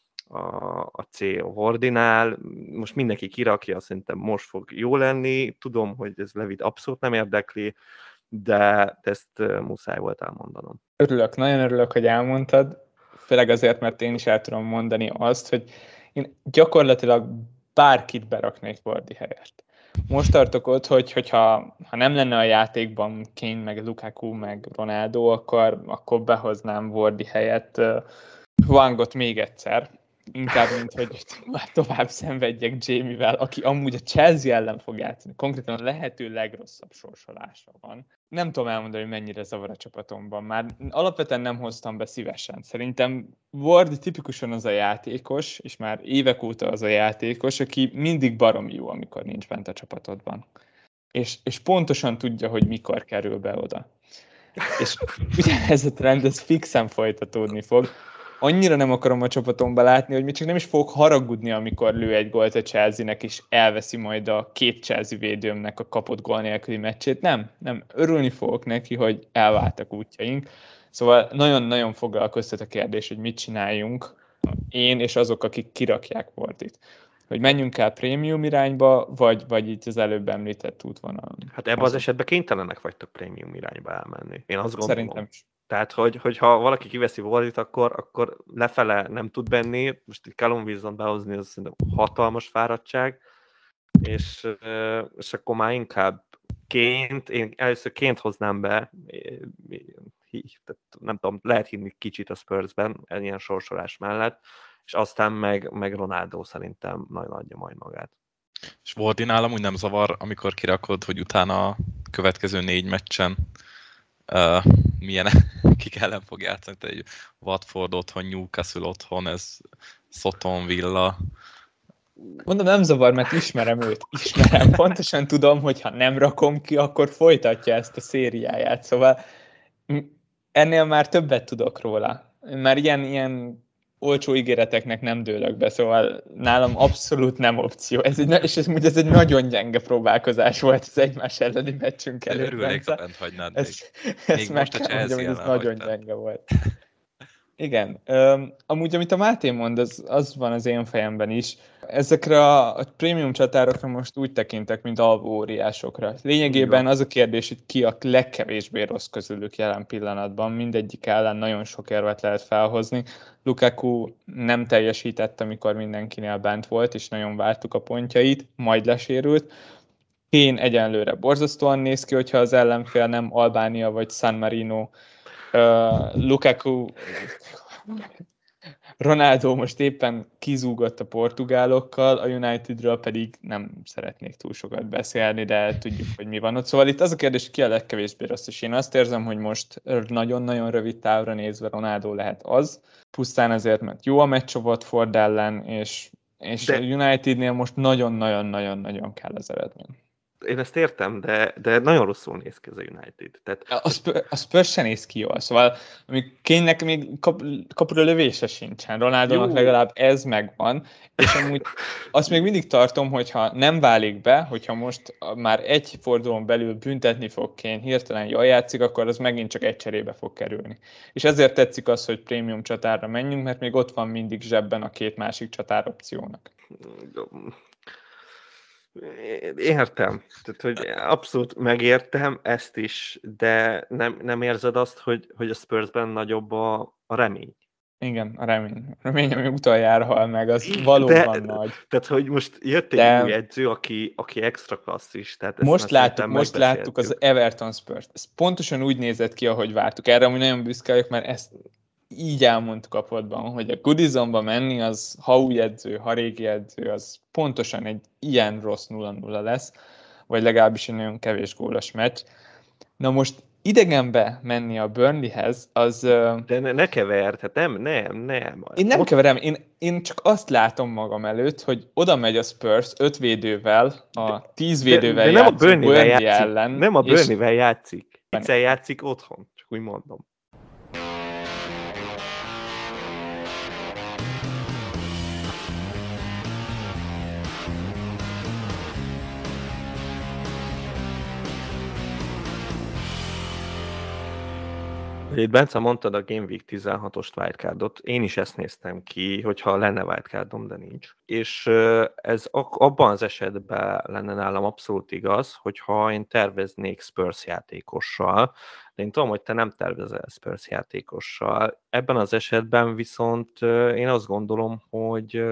a, a C a Vardynál. Most mindenki kirakja, szerintem most fog jó lenni. Tudom, hogy ez Levit abszolút nem érdekli, de ezt muszáj volt elmondanom. Örülök, nagyon örülök, hogy elmondtad, főleg azért, mert én is el tudom mondani azt, hogy én gyakorlatilag bárkit beraknék Vardy helyett. Most tartok ott, hogy hogyha, ha nem lenne a játékban Kane, meg Lukaku, meg Ronaldo, akkor, akkor behoznám Vardy helyett uh, Hwangot még egyszer. Inkább, mint hogy tovább szenvedjek Jamie-vel, aki amúgy a Chelsea ellen fog játszani. Konkrétan a lehető legrosszabb sorsolásra van. Nem tudom elmondani, hogy mennyire zavar a csapatomban. Már alapvetően nem hoztam be szívesen. Szerintem Vardy tipikusan az a játékos, és már évek óta az a játékos, aki mindig baromi jó, amikor nincs bent a csapatodban. És, és pontosan tudja, hogy mikor kerül be oda. És ugyanez a trend, ez fixen folytatódni fog. Annyira nem akarom a csapatomba látni, hogy még csak nem is fogok haragudni, amikor lő egy gólt a Chelsea-nek, és elveszi majd a két Chelsea védőmnek a kapott gól nélküli meccsét. Nem, nem. Örülni fogok neki, hogy elváltak útjaink. Szóval nagyon-nagyon foglalkoztat a kérdés, hogy mit csináljunk én és azok, akik kirakják Vardyt. Hogy menjünk el prémium irányba, vagy, vagy itt az előbb említett útvonalon. Hát ebben az esetben kénytelenek vagytok prémium irányba elmenni. Én azt gondolom. Szerintem is. Tehát, hogy, hogyha valaki kiveszi Vardyt, akkor, akkor lefele nem tud benni, most itt Callum Wilson behozni, az szerintem hatalmas fáradtság, és, és akkor már inkább Ként, én először Ként hoznám be, nem tudom, lehet hinni kicsit a Spursben, ilyen sorsolás mellett, és aztán meg, meg Ronaldo szerintem nagyon adja majd magát. És Vardynál amúgy nem zavar, amikor kirakod, hogy utána a következő négy meccsen Uh, milyen, kik ellen fog játszani, egy Watford otthon, Newcastle otthon, ez Soton Villa. Mondom, nem zavar, mert ismerem őt. Ismerem. Pontosan tudom, hogy ha nem rakom ki, akkor folytatja ezt a szériáját. Szóval ennél már többet tudok róla. Már ilyen, ilyen olcsó ígéreteknek nem dőlök be, szóval nálam abszolút nem opció. Ez egy, és ez, ez egy nagyon gyenge próbálkozás volt az egymás elleni meccsünk előtt. Örülnék, ha bent hagynád még. Ezt, ezt még meg most a kell mondjam, hogy ez Chelsea nagyon hagytad. gyenge volt. Igen. Um, amúgy, amit a Máté mond, az, az van az én fejemben is. Ezekre a, a prémium csatárokra most úgy tekintek, mint alvó óriásokra. Lényegében az a kérdés, hogy ki a legkevésbé rossz közülük jelen pillanatban. Mindegyik ellen nagyon sok érvet lehet felhozni. Lukaku nem teljesített, amikor mindenkinél bent volt, és nagyon vártuk a pontjait, majd lesérült. Kane egyenlőre borzasztóan néz ki, hogyha az ellenfél nem Albánia vagy San Marino. Uh, Lukaku, Ronaldo most éppen kizúgott a portugálokkal, a Unitedről pedig nem szeretnék túl sokat beszélni, de tudjuk, hogy mi van ott. Szóval itt az a kérdés, ki a legkevésbé rossz, és én azt érzem, hogy most nagyon-nagyon rövid távra nézve Ronaldo lehet az, pusztán azért, mert jó a meccs a Watford ellen, és, és de... a Unitednél most nagyon-nagyon-nagyon-nagyon kell az eredmény. Én ezt értem, de, de nagyon rosszul néz ki az a United. Tehát... A, Spurs, a Spurs se néz ki jól, szóval Kane-nek még kap, kapura lövése sincsen, Ronaldónak legalább ez megvan, és amúgy azt még mindig tartom, hogyha nem válik be, hogyha most már egy fordulón belül büntetni fog Kane, hirtelen jól játszik, akkor az megint csak egy cserébe fog kerülni. És ezért tetszik az, hogy prémium csatárra menjünk, mert még ott van mindig zsebben a két másik csatár opciónak. Értem, tehát hogy abszolút megértem ezt is, de nem, nem érzed azt, hogy, hogy a Spursben nagyobb a, a remény? Igen, a remény. A remény, ami utoljára hal meg, az valóban de, nagy. Tehát, hogy most jött egy de... új edző, aki, aki extra klasszis. Tehát most láttuk, most láttuk az Everton Spurs-t. Ez pontosan úgy nézett ki, ahogy vártuk. Erre amúgy nagyon büszke vagyok, mert ezt így elmondtuk a podban, hogy a Goodisonba menni, az ha új edző, ha régi edző, az pontosan egy ilyen rossz nulla nulla lesz, vagy legalábbis egy nagyon kevés gólos meccs. Na most idegenbe menni a Burnleyhez, az... De ne, ne keverd, hát nem, nem, nem. Én nem Ott... keverem, én, én csak azt látom magam előtt, hogy oda megy a Spurs öt védővel, a tíz védővel de, de játszó nem a Burnley játszik, ellen. Nem a Burnleyvel és... játszik. Egyszer játszik otthon, csak úgy mondom. Itt Bence mondtad a Game Week tizenhatos wildcardot, én is ezt néztem ki, hogyha lenne wildcardom, de nincs. És ez abban az esetben lenne nálam abszolút igaz, hogyha én terveznék Spurs játékossal, de én tudom, hogy te nem tervezel Spurs játékossal. Ebben az esetben viszont én azt gondolom, hogy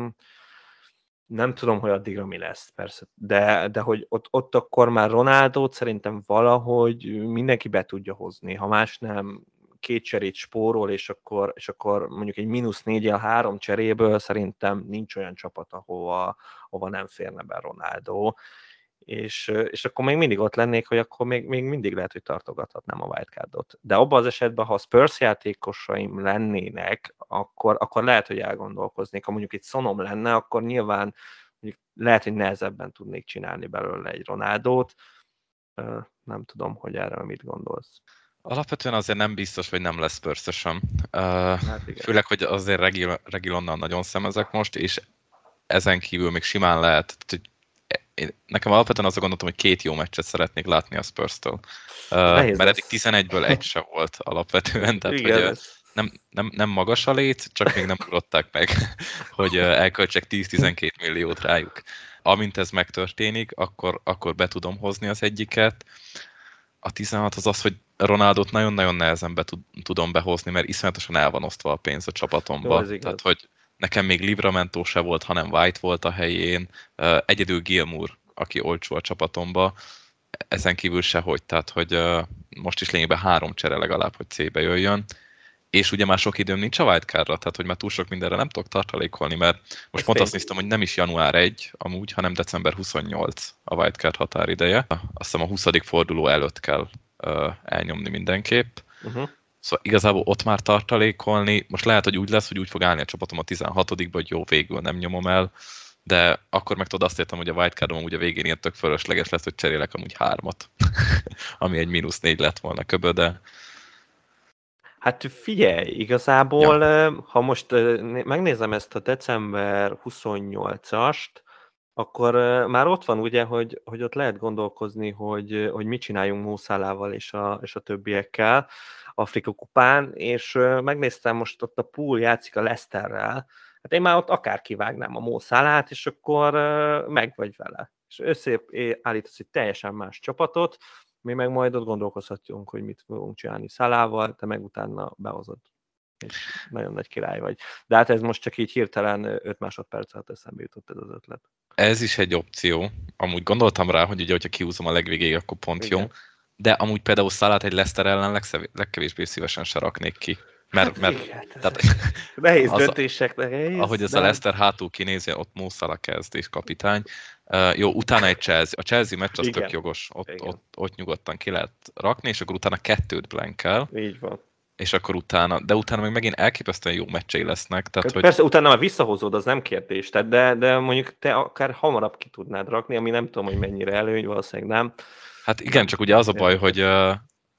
nem tudom, hogy addigra mi lesz, persze, de, de hogy ott, ott akkor már Ronaldót szerintem valahogy mindenki be tudja hozni, ha más nem két cserét spórol, és akkor, és akkor mondjuk egy mínusz négyel három cseréből szerintem nincs olyan csapat, ahova, ahova nem férne be Ronaldo, és, és akkor még mindig ott lennék, hogy akkor még, még mindig lehet, hogy tartogathatnám a wildcardot. De abban az esetben, ha a Spurs játékosaim lennének, akkor, akkor lehet, hogy elgondolkoznék. Ha mondjuk itt Sonom lenne, akkor nyilván lehet, hogy nehezebben tudnék csinálni belőle egy Ronaldót. Nem tudom, hogy erre mit gondolsz. Alapvetően azért nem biztos, hogy nem lesz Spurs-ösöm. Hát főleg, hogy azért Regil- Regilonnal nagyon szemezek most, és ezen kívül még simán lehet, én, nekem alapvetően azt gondoltam, hogy két jó meccset szeretnék látni a Spurs-től. Uh, mert eddig tizenegyből egy se volt alapvetően, tehát igen, hogy nem, nem, nem magas a lét, csak még nem tudották meg, hogy elköltsek tíz-tizenkét milliót rájuk. Amint ez megtörténik, akkor, akkor be tudom hozni az egyiket. A tizenhat az az, hogy Ronaldot nagyon-nagyon nehezen be tud, tudom behozni, mert iszonyatosan el van osztva a pénz a csapatomba. Jó, tehát, hogy nekem még Livramento se volt, hanem White volt a helyén. Egyedül Gilmour, aki olcsó a csapatomba. Ezen kívül sehogy, tehát hogy most is lényegében három csere legalább, hogy C-be jöjjön. És ugye már sok időm nincs a wildcardra, tehát hogy már túl sok mindenre nem tudok tartalékolni, mert most pont azt néztem, hogy nem is január elseje amúgy, hanem december huszonnyolcadika a wildcard határideje. Azt hiszem a huszadik forduló előtt kell elnyomni mindenképp. Uh-huh. Szóval igazából ott már tartalékolni, most lehet, hogy úgy lesz, hogy úgy fog állni a csapatom a tizenhatodikba, hogy jó, végül nem nyomom el, de akkor meg tudod azt értem, hogy a wildcardom ugye a végén ilyen tök fölösleges lesz, hogy cserélek amúgy hármat, ami egy mínusz négy lett volna köbö, de... Hát figyelj, igazából, ja. ha most megnézem ezt a december huszonnyolcast, akkor már ott van ugye, hogy, hogy ott lehet gondolkozni, hogy, hogy mit csináljunk Mo Salával és a, és a többiekkel Afrika kupán, és megnéztem most ott a pool játszik a Leicesterrel, hát én már ott akár kivágnám a Mo Salát, és akkor meg vagy vele. És összeállítasz egy teljesen más csapatot, mi meg majd ott gondolkozhatjunk, hogy mit fogunk csinálni Salával, te meg utána behozod. És nagyon nagy király vagy. De hát ez most csak így hirtelen öt másodperc alatt eszembe jutott ez az ötlet. Ez is egy opció. Amúgy gondoltam rá, hogy ugye, hogyha kiúzom a legvégéig, akkor pont igen. Jó. De amúgy például Salát egy Leicester ellen legszevés, legkevésbé szívesen se raknék ki. Mert, hát mert igen, tehát, nehéz az, döntések, nehéz. Ahogy ez de... a Leicester hátul kinézi, ott Mo Salah kezd és kapitány. Uh, jó, utána egy Chelsea. A Chelsea meccs az igen. Tök jogos. Ott, ott, ott nyugodtan ki lehet rakni, és akkor utána kettőt blankel. Így van. És akkor utána, de utána meg megint elképesztően jó meccsei lesznek. Tehát, persze, hogy... utána már visszahozod, az nem kérdés, tehát de, de mondjuk te akár hamarabb ki tudnád rakni, ami nem tudom, hogy mennyire előny, valószínűleg nem. Hát igen, csak ugye az a baj, hogy uh,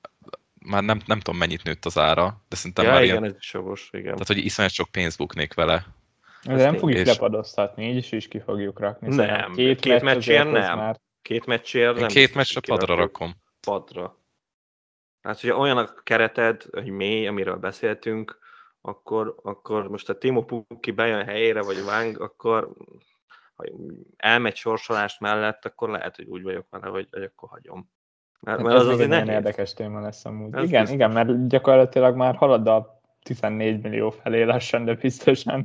már nem, nem tudom mennyit nőtt az ára, de szerintem ja, már igen, ilyen... ez is jogos, igen. Tehát, hogy iszonyat sok pénzt buknék vele. De nem fogjuk és... lepadoztatni, így is, is ki fogjuk rakni. Nem, két, két meccsért nem. Már... Két meccsért nem. Két meccsre padra rakom. Padra. Hát, hogyha olyan a kereted, hogy mély, amiről beszéltünk, akkor, akkor most a Timo Pukki bejön helyére, vagy Wang, akkor ha elmegy sorsolás mellett, akkor lehet, hogy úgy vagyok vele, hogy, hogy akkor hagyom. Mert, mert ez az azért egy érdekes téma lesz amúgy. Ez igen, biztos. Igen, mert gyakorlatilag már halad a tizennégy millió felé lassan, de biztosan.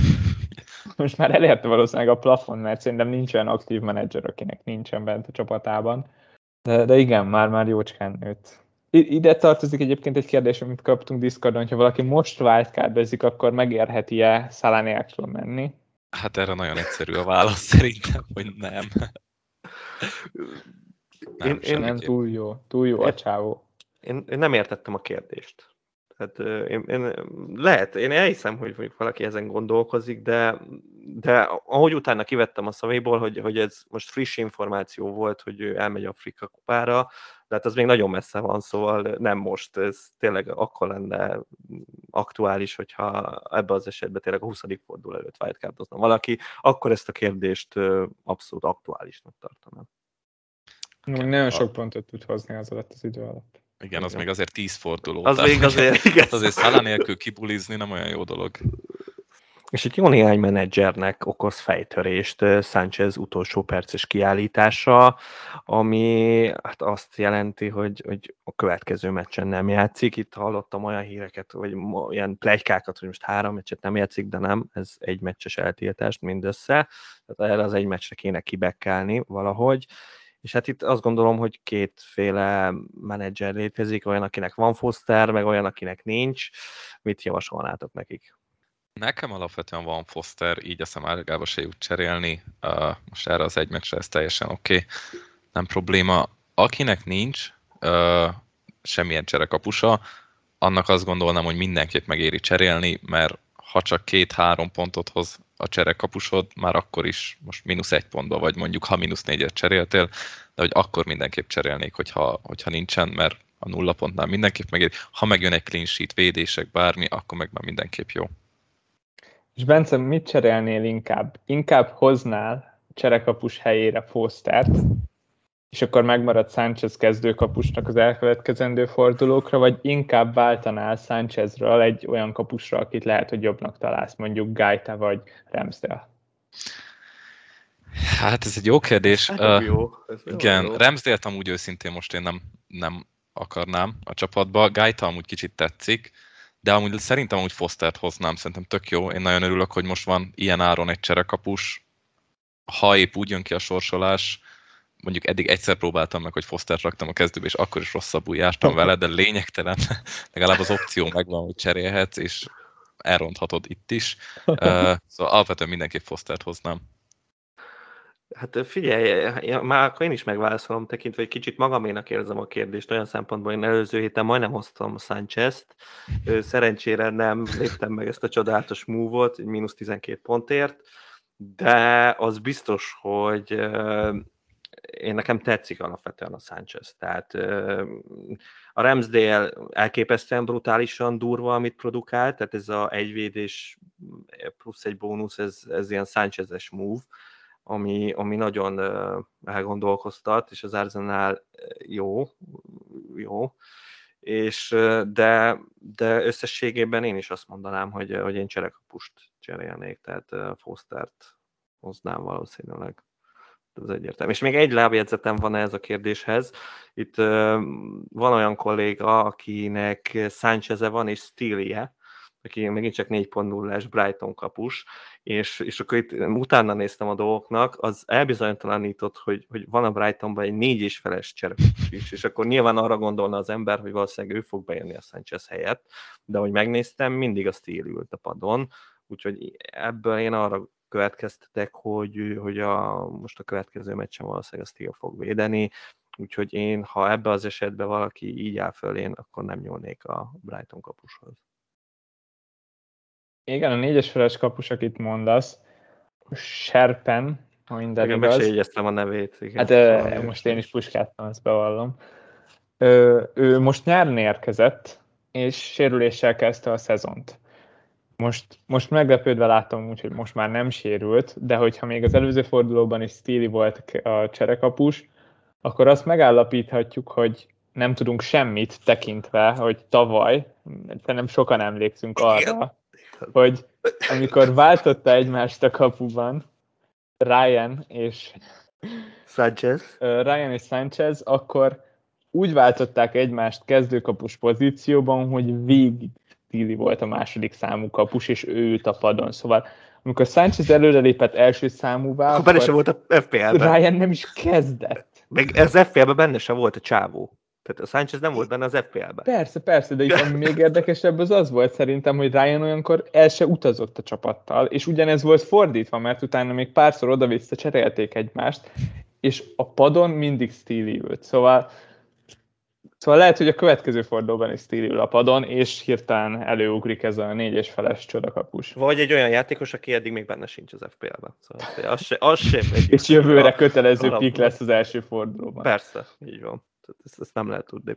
Most már elérte valószínűleg a plafon, mert szerintem nincs olyan aktív menedzser, akinek nincsen bent a csapatában. De, de igen, már, már jócskán nőtt. Ide tartozik egyébként egy kérdés, amit kaptunk Discordon, hogyha valaki most wildcardozik, akkor megérheti-e Salah nélkül menni? Hát erre nagyon egyszerű a válasz szerintem, hogy nem. nem, én, nem túl jó, túl jó én, a csávó. Én, én nem értettem a kérdést. Tehát én, én, lehet, én elhiszem, hogy valaki ezen gondolkozik, de, de ahogy utána kivettem a szavéból, hogy, hogy ez most friss információ volt, hogy ő elmegy Afrika kupára, de hát az még nagyon messze van, szóval nem most, ez tényleg akkor lenne aktuális, hogyha ebben az esetben tényleg a huszadik forduló előtt wildcardozna valaki, akkor ezt a kérdést abszolút aktuálisnak tartanám. Nagyon sok pontot tud hozni az alatt az idő alatt. Igen, az igen. Még azért tíz forduló. Az még azért, igen. Azért Salah nélkül kibulizni nem olyan jó dolog. És itt jó néhány menedzsernek okoz fejtörést Sánchez utolsó perces kiállítása, ami hát azt jelenti, hogy, hogy a következő meccsen nem játszik. Itt hallottam olyan híreket, vagy olyan pletykákat, hogy most három meccset nem játszik, de nem, ez egy meccses eltiltást mindössze. Tehát erre az egy meccsre kéne kibekkelni valahogy. És hát itt azt gondolom, hogy kétféle menedzser létezik, olyan, akinek van Foster, meg olyan, akinek nincs. Mit javasolnátok nekik? Nekem alapvetően van Foster, így a szemárgába se jut cserélni. Uh, most erre az egy meccsre ez teljesen oké, okay. Nem probléma. Akinek nincs uh, semmilyen cserekapusa, annak azt gondolnám, hogy mindenképp megéri cserélni, mert ha csak két-három pontot hoz a cserekapusod, már akkor is most mínusz egy pontba vagy, mondjuk ha mínusz négyet cseréltél, de hogy akkor mindenképp cserélnék, hogyha, hogyha nincsen, mert a nulla pontnál mindenképp megéri. Ha megjön egy clean sheet, védések, bármi, akkor meg már mindenképp jó. És Bence, mit cserélnél inkább? Inkább hoznál cserekapus helyére Fostert, és akkor megmarad Sánchez kezdőkapusnak az elkövetkezendő fordulókra, vagy inkább váltanál Sánchezről egy olyan kapusra, akit lehet, hogy jobbnak találsz, mondjuk Guaita vagy Ramsdale? Hát ez egy jó kérdés. Hát, uh, jó. Ez igen, Ramsdale-t amúgy őszintén most én nem, nem akarnám a csapatba. Guaita amúgy kicsit tetszik, de amúgy szerintem amúgy Fostert hoznám, szerintem tök jó. Én nagyon örülök, hogy most van ilyen áron egy cserekapus. Ha épp úgy jön ki a sorsolás, mondjuk eddig egyszer próbáltam meg, hogy Fostert raktam a kezdőbe, és akkor is rosszabbul jártam vele, de lényegtelen, legalább az opció megvan, hogy cserélhetsz, és elronthatod itt is. Uh, szóval alapvetően mindenképp Fostert hoznám. Hát figyelj, már akkor én is megválaszolom, tekintve, hogy kicsit magaménak érzem a kérdést, olyan szempontból, én előző héten majdnem hoztam Sánchezt, szerencsére nem léptem meg ezt a csodálatos move-ot, mínusz tizenkét pontért, de az biztos, hogy én nekem tetszik alapvetően a Sanchez. Tehát a Ramsdale elképesztően brutálisan durva, amit produkált, tehát ez a egyvédés plusz egy bónusz, ez, ez ilyen Sanchez-es move, ami, ami nagyon elgondolkoztat, és az Arsenal jó, jó, és de, de összességében én is azt mondanám, hogy, hogy én cserekapust cserélnék, tehát Fostert hoznám valószínűleg. Ez egyértelmű. És még egy lábjegyzetem van ez a kérdéshez. Itt uh, van olyan kolléga, akinek Sánchez-e van, és Steele-je, aki megint csak négy pont nullás Brighton kapus, és, és akkor itt utána néztem a dolgoknak, az elbizonytalanított, hogy, hogy van a Brightonban egy négy és feles cserekapus is, és akkor nyilván arra gondolna az ember, hogy valószínűleg ő fog bejönni a Sánchez helyett, de ahogy megnéztem, mindig a Steele ült a padon, úgyhogy ebből én arra következtetek, hogy, hogy a, most a következő meccsen valószínűleg a Steele fog védeni, úgyhogy én, ha ebbe az esetben valaki így áll föl, én akkor nem nyúlnék a Brighton kapushoz. Igen, a négyes feles kapus, akit mondasz, Serpen, ha minden igen, igaz. meg se jegyeztem a nevét. Igen. Hát ö, most én is puskáztam, ezt bevallom. Ö, ő most nyáron érkezett, és sérüléssel kezdte a szezont. Most, most meglepődve látom úgy, hogy most már nem sérült, de hogyha még az előző fordulóban is Steele volt a cserekapus, akkor azt megállapíthatjuk, hogy nem tudunk semmit tekintve, hogy tavaly, nem sokan emlékszünk arra, hogy amikor váltotta egymást a kapuban Ryan és Sanchez, Ryan és Sanchez, akkor úgy váltották egymást kezdőkapus pozícióban, hogy végig Steele volt a második számú kapus, és ő ült a padon. Szóval amikor Sanchez előrelépett első számúvá, akkor benne sem volt a ef pé el-ben. Ryan nem is kezdett. Meg az ef pé el-ben benne sem volt a csávó. Tehát a Sanchez nem volt benne az ef pé el-ben. Persze, persze, de itt ami még érdekesebb az az volt szerintem, hogy Ryan olyankor el se utazott a csapattal, és ugyanez volt fordítva, mert utána még párszor oda-vissza cserélték egymást, és a padon mindig Steele ült. Szóval, szóval lehet, hogy a következő fordulóban is Steele ül a padon, és hirtelen előugrik ez a négyes feles csodakapus. Vagy egy olyan játékos, aki eddig még benne sincs az ef pé el-ben. Szóval az, se, az sem egy És jövőre kötelező pik lesz az első fordulóban. Persze, így van. Ezt, ezt nem lehet tudni.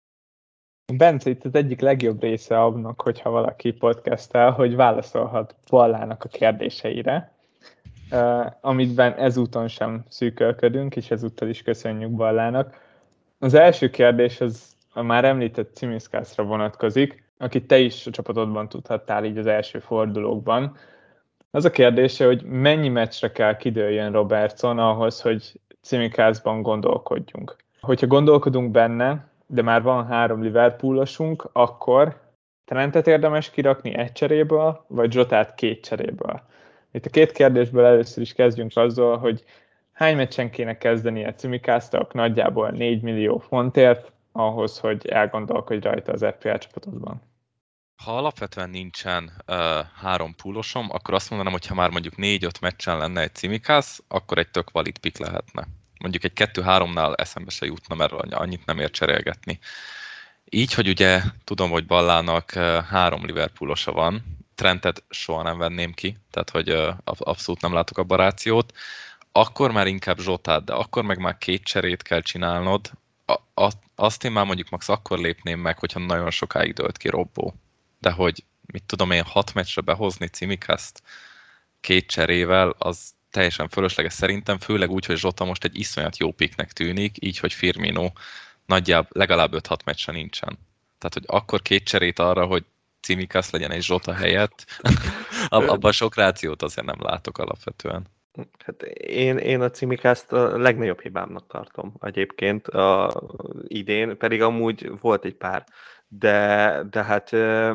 Bence, itt az egyik legjobb része annak, hogyha valaki podcastel, hogy válaszolhat Ballának a kérdéseire, uh, amitben ezúton sem szűkölködünk, és ezúttal is köszönjük Ballának. Az első kérdés az a már említett Tsimikászra vonatkozik, akit te is a csapatodban tudhattál így az első fordulókban. Az a kérdése, hogy mennyi meccsre kell kidőljön Robertson ahhoz, hogy Tsimikászban gondolkodjunk. Hogyha gondolkodunk benne, de már van három Liverpoolosunk, akkor Trentet érdemes kirakni egy cseréből, vagy Jotát két cseréből. Itt a két kérdésből először is kezdjünk azzal, hogy hány meccsen kéne kezdenie Tsimikásznak nagyjából négy millió fontért, ahhoz, hogy elgondolkodj rajta az ef pé el csapatodban. Ha alapvetően nincsen uh, három púlosom, akkor azt mondanám, hogy ha már mondjuk négy-öt meccsen lenne egy Tsimikász, akkor egy tök valid pick lehetne. Mondjuk egy kettő-háromnál eszembe se jutna, mert annyit nem ér cserélgetni. Így, hogy ugye tudom, hogy Ballának három Liverpoolosa van, Trentet soha nem venném ki, tehát hogy abszolút nem látok a barációt, akkor már inkább Zsotát, de akkor meg már két cserét kell csinálnod. A, a, azt én már mondjuk max akkor lépném meg, hogyha nagyon sokáig dölt ki Robbó. De hogy mit tudom én, hat meccsre behozni Tsimikászt két cserével, az teljesen fölösleges szerintem, főleg úgy, hogy Zsota most egy iszonyat jó picknek tűnik, így, hogy Firmino nagyjából legalább öt-hat meccse nincsen. Tehát, hogy akkor két cserét arra, hogy Tsimikász legyen egy Zsota helyett, abban sok rációt azért nem látok alapvetően. Hát én, én a Tsimikászt a legnagyobb hibámnak tartom egyébként a, idén, pedig amúgy volt egy pár, de, de hát e,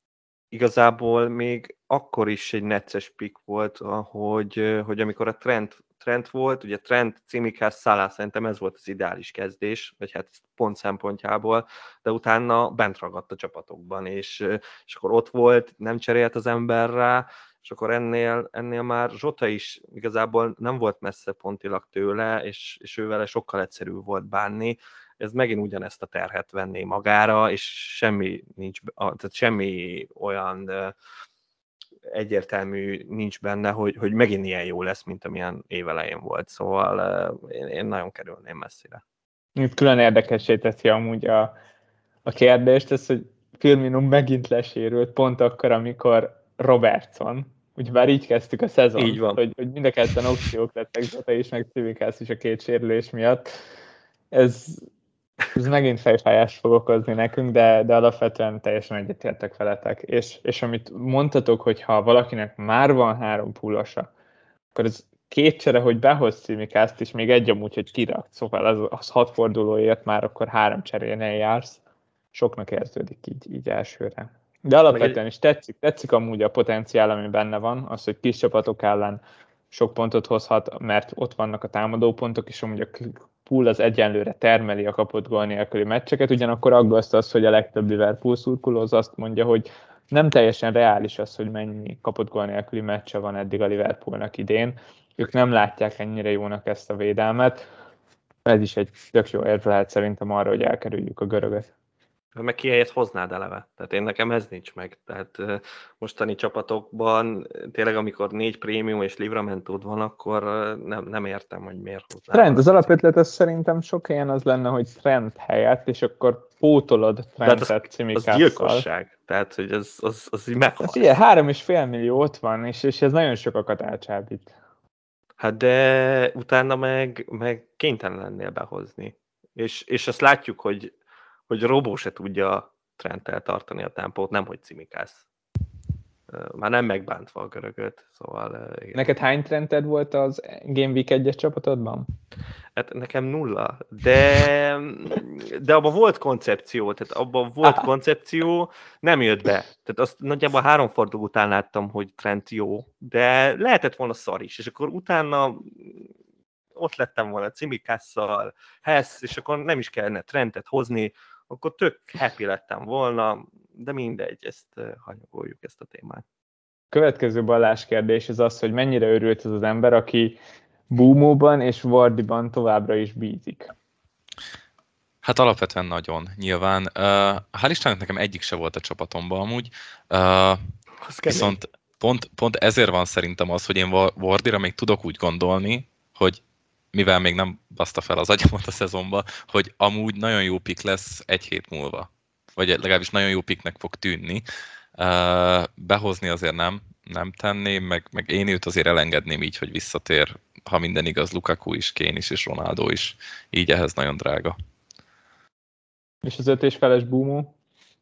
igazából még akkor is egy necces pick volt, hogy, hogy amikor a Trent, Trent volt, ugye Trent, Tsimikász, Salah, szerintem ez volt az ideális kezdés, vagy hát pont szempontjából, de utána bent ragadt a csapatokban, és, és akkor ott volt, nem cserélt az ember rá, és akkor ennél, ennél már Zsota is igazából nem volt messze pontilag tőle, és, és ővele sokkal egyszerűbb volt bánni. Ez megint ugyanezt a terhet venné magára, és semmi nincs, tehát semmi olyan egyértelmű nincs benne, hogy, hogy megint ilyen jó lesz, mint amilyen évelején volt. Szóval én, én nagyon kerülném messzire. Itt külön érdekessé teszi amúgy a, a kérdést, ez, hogy Firmino megint lesérült, pont akkor, amikor Robertson, ugyebár így kezdtük a szezont, így van. Hogy, hogy mind a ketten opciók lettek, Zota is, meg Tsimikas is a két sérülés miatt. Ez, ez megint fejfájást fog okozni nekünk, de, de alapvetően teljesen egyetértek veletek. És, és amit mondtatok, hogy ha valakinek már van három pullosa, akkor ez két csere, hogy behoz Tsimikást, és még egy amúgy, hogy kirakt. Szóval az, az hat fordulóért már akkor három cserénél jársz. Soknak érződik így, így elsőre. De alapvetően is tetszik, tetszik amúgy a potenciál, ami benne van, az, hogy kis csapatok ellen sok pontot hozhat, mert ott vannak a támadópontok, és amúgy a pool az egyenlőre termeli a kapott gól nélküli meccseket, ugyanakkor aggaszt az, hogy a legtöbb Liverpool szurkoló az azt mondja, hogy nem teljesen reális az, hogy mennyi kapott gól nélküli meccse van eddig a Liverpoolnak idén. Ők nem látják ennyire jónak ezt a védelmet. Ez is egy tök jó érv lehet szerintem arra, hogy elkerüljük a görögöt. Meg ki helyet hoznád eleve. Tehát én nekem ez nincs meg. Tehát mostani csapatokban tényleg amikor négy prémium és Livramentód van, akkor nem, nem értem, hogy miért hoznád. Trent, az alapötlet az szerintem sok helyen az lenne, hogy Trent helyett, és akkor pótolod Trentet Tsimikásszal. Az gyilkosság. Tehát, hogy az, az, az így meghal. Figyelj, három és fél millió ott van, és, és ez nagyon sokakat elcsábít. Hát de utána meg, meg kénytelen lennél behozni. És, és azt látjuk, hogy hogy Robó se tudja Trenttel tartani a tempót, nem hogy Tsimikas. Már nem megbántva a görögöt, szóval... Igen. Neked hány Trented volt az Game Week egyes csapatodban? Hát nekem nulla, de, de abban volt koncepció, tehát abban volt ah. koncepció, nem jött be. Tehát azt nagyjából három forduló után láttam, hogy Trent jó, de lehetett volna szar is, és akkor utána ott lettem volna Tsimikásszal, Hess, és akkor nem is kellene Trentet hozni, akkor tök happy lettem volna, de mindegy, ezt hanyagoljuk, ezt a témát. Következő Balázs kérdés az az, hogy mennyire örült az az ember, aki Búmóban és Vardyban továbbra is bízik. Hát alapvetően nagyon, nyilván. Uh, hál' Istennek nekem egyik se volt a csapatomban amúgy, uh, viszont pont, pont ezért van szerintem az, hogy én Vardyra még tudok úgy gondolni, hogy mivel még nem baszta fel az agyamat a szezonba, hogy amúgy nagyon jó pick lesz egy hét múlva. Vagy legalábbis nagyon jó picknek fog tűnni. Uh, behozni azért nem, nem tenném, meg, meg én őt azért elengedném így, hogy visszatér, ha minden igaz, Lukaku is, Kane is és Ronaldo is. Így ehhez nagyon drága. És az öt és feles Búmó?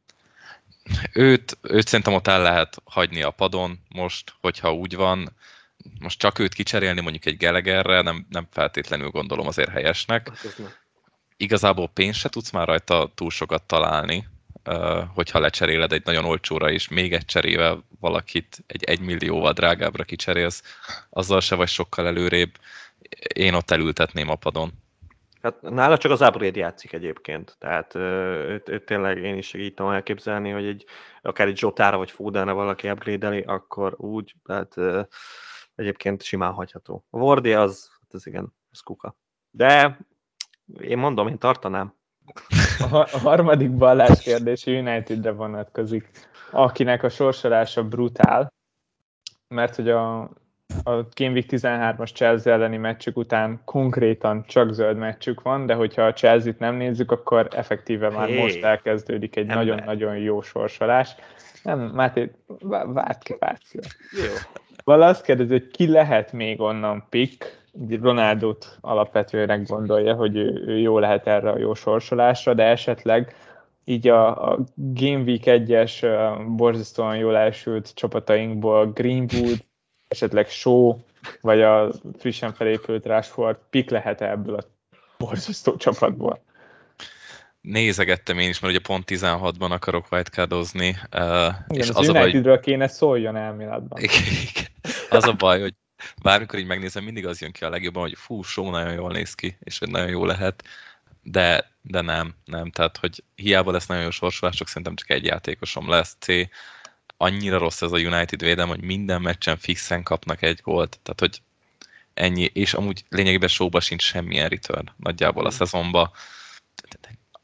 Őt, őt szerintem ott el lehet hagyni a padon most, hogyha úgy van. Most csak őt kicserélni mondjuk egy Gallagherre, nem, nem feltétlenül gondolom azért helyesnek. Igazából pénzt se tudsz már rajta túl sokat találni, hogyha lecseréled egy nagyon olcsóra is, még egy cserével valakit egy egymillióval drágábbra kicserélsz, azzal se vagy sokkal előrébb. Én ott elültetném a padon. Hát nála csak az upgrade játszik egyébként, tehát őt, őt tényleg én is így tudom elképzelni, hogy egy, akár egy Zsotára vagy Fodenra valaki upgrade-eli, akkor úgy, tehát egyébként simán hagyható. A Vardy az, az igen, az kuka. De én mondom, én tartanám. A, a harmadik Balázs kérdés Unitedre vonatkozik, akinek a sorsolása brutál, mert hogy a, a Game Week tizenhármas Chelsea elleni meccsük után konkrétan csak zöld meccsük van, de hogyha a Chelsea-t nem nézzük, akkor effektíve már hey, most elkezdődik egy nagyon-nagyon jó sorsolás. Nem, Máté, várt ki, várt ki. Jó. Vala azt kérdezi, hogy ki lehet még onnan pick, Ronaldot alapvetően gondolja, hogy ő, ő jó lehet erre a jó sorsolásra, de esetleg így a, a Game Week egyes uh, borzasztóan jól elsült csapatainkból Greenwood, esetleg Shaw, vagy a frissen felépült Rashford pick lehet ebből a borzasztó csapatból. Nézegettem én is, mert ugye pont tizenhatban akarok wildcardozni. Uh, igen, és az, az Unitedről baj... kéne szóljon elméletben. Igen, igen. Az a baj, hogy bármikor így megnézem, mindig az jön ki a legjobban, hogy fú, Shaw nagyon jól néz ki, és hogy nagyon jó lehet, de, de nem, nem. Tehát, hogy hiába lesz nagyon jó sorsolás, csak szerintem csak egy játékosom lesz. C. Annyira rossz ez a United védelem, hogy minden meccsen fixen kapnak egy gólt. Tehát, hogy ennyi, és amúgy lényegében Shawba sincs semmilyen return nagyjából a szezonban.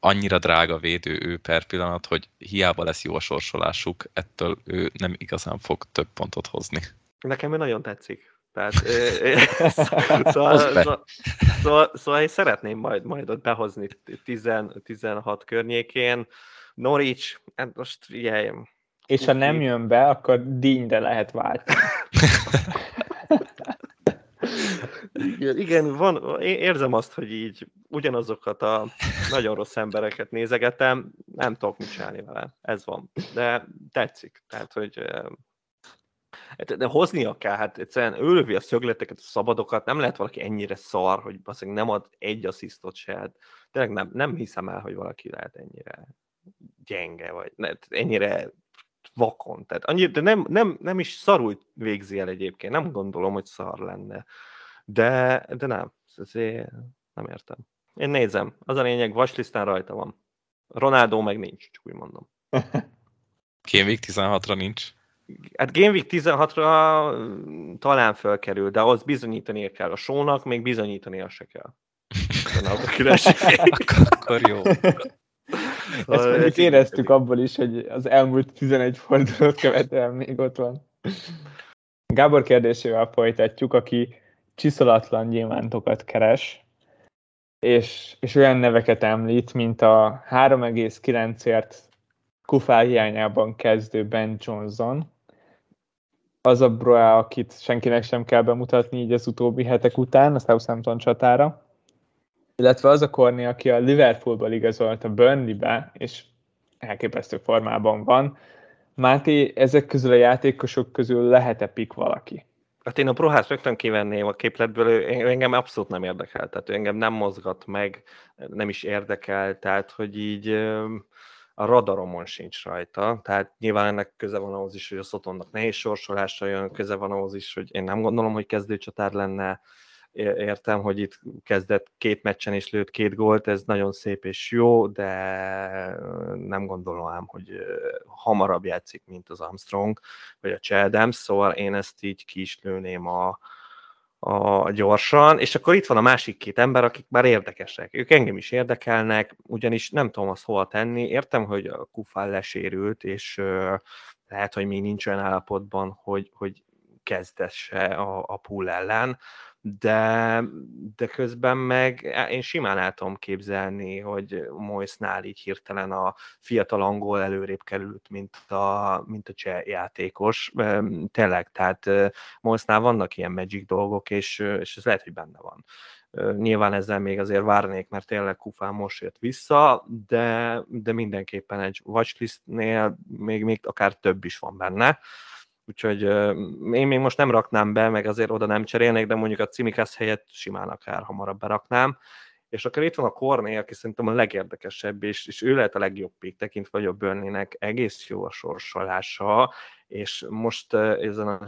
annyira drága védő ő per pillanat, hogy hiába lesz jó a sorsolásuk, ettől ő nem igazán fog több pontot hozni. Nekem ő nagyon tetszik. Tehát, szóval, szóval, szóval, szóval én szeretném majd, majd ott behozni tizenhat környékén. Norwich, hát most figyelj. És ha nem jön be, akkor díjra lehet váltani. Igen, igen, van, én érzem azt, hogy így ugyanazokat a nagyon rossz embereket nézegetem, nem tudok mit csinálni vele. Ez van. De tetszik. Tehát, hogy de hoznia kell, hát egyszerűen ő lövi a szögleteket, a szabadokat, nem lehet valaki ennyire szar, hogy azért nem ad egy asszisztot se. Hát tényleg nem, nem hiszem el, hogy valaki lehet ennyire gyenge, vagy ennyire vakon. Tehát annyira, de nem, nem, nem is szarul végzi el egyébként, nem gondolom, hogy szar lenne. De, de nem, ezért nem értem. Én nézem, az a lényeg, watchlistán rajta van. Ronaldo meg nincs, csak úgy mondom. Game Week tizenhatra nincs? Hát Game Week tizenhatra talán fölkerül, de az bizonyítania kell. A show-nak még bizonyítania se kell. Akkor jó. Ezt mondjuk éreztük abból is, hogy az elmúlt tizenegy fordulót követően még ott van. Gábor kérdésével folytatjuk, aki csiszolatlan gyémántokat keres, és, és olyan neveket említ, mint a három egész kilencért kufál hiányában kezdő Ben Johnson, az a Broa, akit senkinek sem kell bemutatni így az utóbbi hetek után, a Southampton csatára, illetve az a Corné, aki a Liverpoolból igazolt a Burnleybe, és elképesztő formában van. Máté, ezek közül a játékosok közül lehet-e pick valaki? Hát én a Brohát rögtön kivenném a képletből, ő engem abszolút nem érdekel, tehát ő engem nem mozgat meg, nem is érdekel, tehát hogy így a radaromon sincs rajta, tehát nyilván ennek köze van ahhoz is, hogy a Sotonnak nehéz sorsolásra jön, köze van ahhoz is, hogy én nem gondolom, hogy kezdőcsatár lenne, értem, hogy itt kezdett két meccsen és lőtt két gólt, ez nagyon szép és jó, de nem gondolom ám, hogy hamarabb játszik, mint az Armstrong, vagy a Che Adams, szóval én ezt így ki is lőném a, a gyorsan, és akkor itt van a másik két ember, akik már érdekesek. Ők engem is érdekelnek, ugyanis nem tudom azt hova tenni. Értem, hogy a Kufál lesérült, és uh, lehet, hogy még nincs olyan állapotban, hogy, hogy kezdesse a, a pool ellen, de, de közben meg én simán el tudom képzelni, hogy Moyesnál így hirtelen a fiatal angol előrébb került, mint a, mint a cseh játékos. Tényleg, tehát Moyesnál vannak ilyen magic dolgok, és, és ez lehet, hogy benne van. Nyilván ezzel még azért várnék, mert tényleg Kufán most jött vissza, de, de mindenképpen egy watchlistnél még, még akár több is van benne. Úgyhogy uh, én még most nem raknám be, meg azért oda nem cserélnék, de mondjuk a Tsimikas helyett simán akár hamarabb beraknám. És akkor itt van a Corné, aki szerintem a legérdekesebb, és, és ő lehet a legjobb pick, tekintve, hogy a Burnleynek egész jó a sorsolása, és most uh, ezen a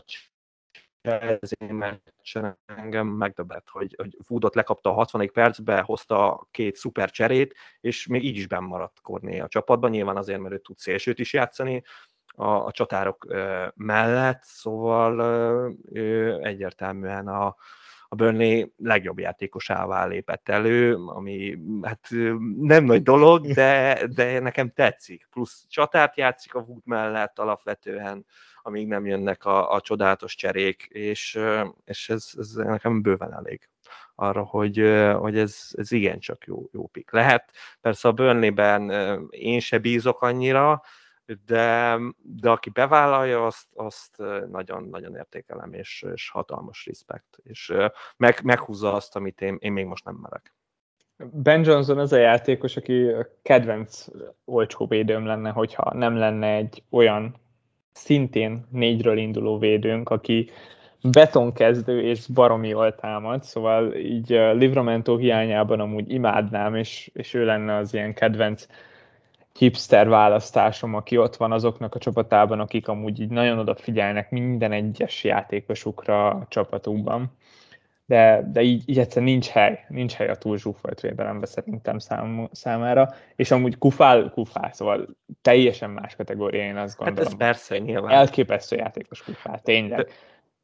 Chelsea meccsen engem megdöbbent, hogy, hogy Woodot lekapta a hatvadik percbe, hozta két szuper cserét, és még így is benn maradt Corné a csapatban, nyilván azért, mert ő tud szélsőt is játszani, A, a csatárok ö, mellett, szóval ö, ő egyértelműen a, a Burnley legjobb játékosává lépett elő, ami hát nem nagy dolog, de, de nekem tetszik. Plusz csatárt játszik a Wood mellett alapvetően, amíg nem jönnek a, a csodálatos cserék, és, és ez, ez nekem bőven elég arra, hogy, hogy ez, ez igencsak jó, jó pick lehet. Persze a Burnleyben én se bízok annyira, De, de aki bevállalja, azt, azt nagyon-nagyon értékelem, és, és hatalmas respekt, és meg, meghúzza azt, amit én, én még most nem merek. Ben Johnson az a játékos, aki kedvenc olcsó védőm lenne, hogyha nem lenne egy olyan szintén négyről induló védőnk, aki betonkezdő és baromi jól támad, szóval így Livramento hiányában amúgy imádnám, és, és ő lenne az ilyen kedvenc hipster választásom, aki ott van azoknak a csapatában, akik amúgy így nagyon odafigyelnek minden egyes játékosukra a csapatukban. De, de így, így egyszerűen nincs hely, nincs hely a túl zsúfolt védelemben szerintem szám, számára, és amúgy Kufál, Kufál, szóval teljesen más kategória, én azt gondolom. Hát ez persze, nyilván. Elképesztő játékos Kufál, tényleg. De,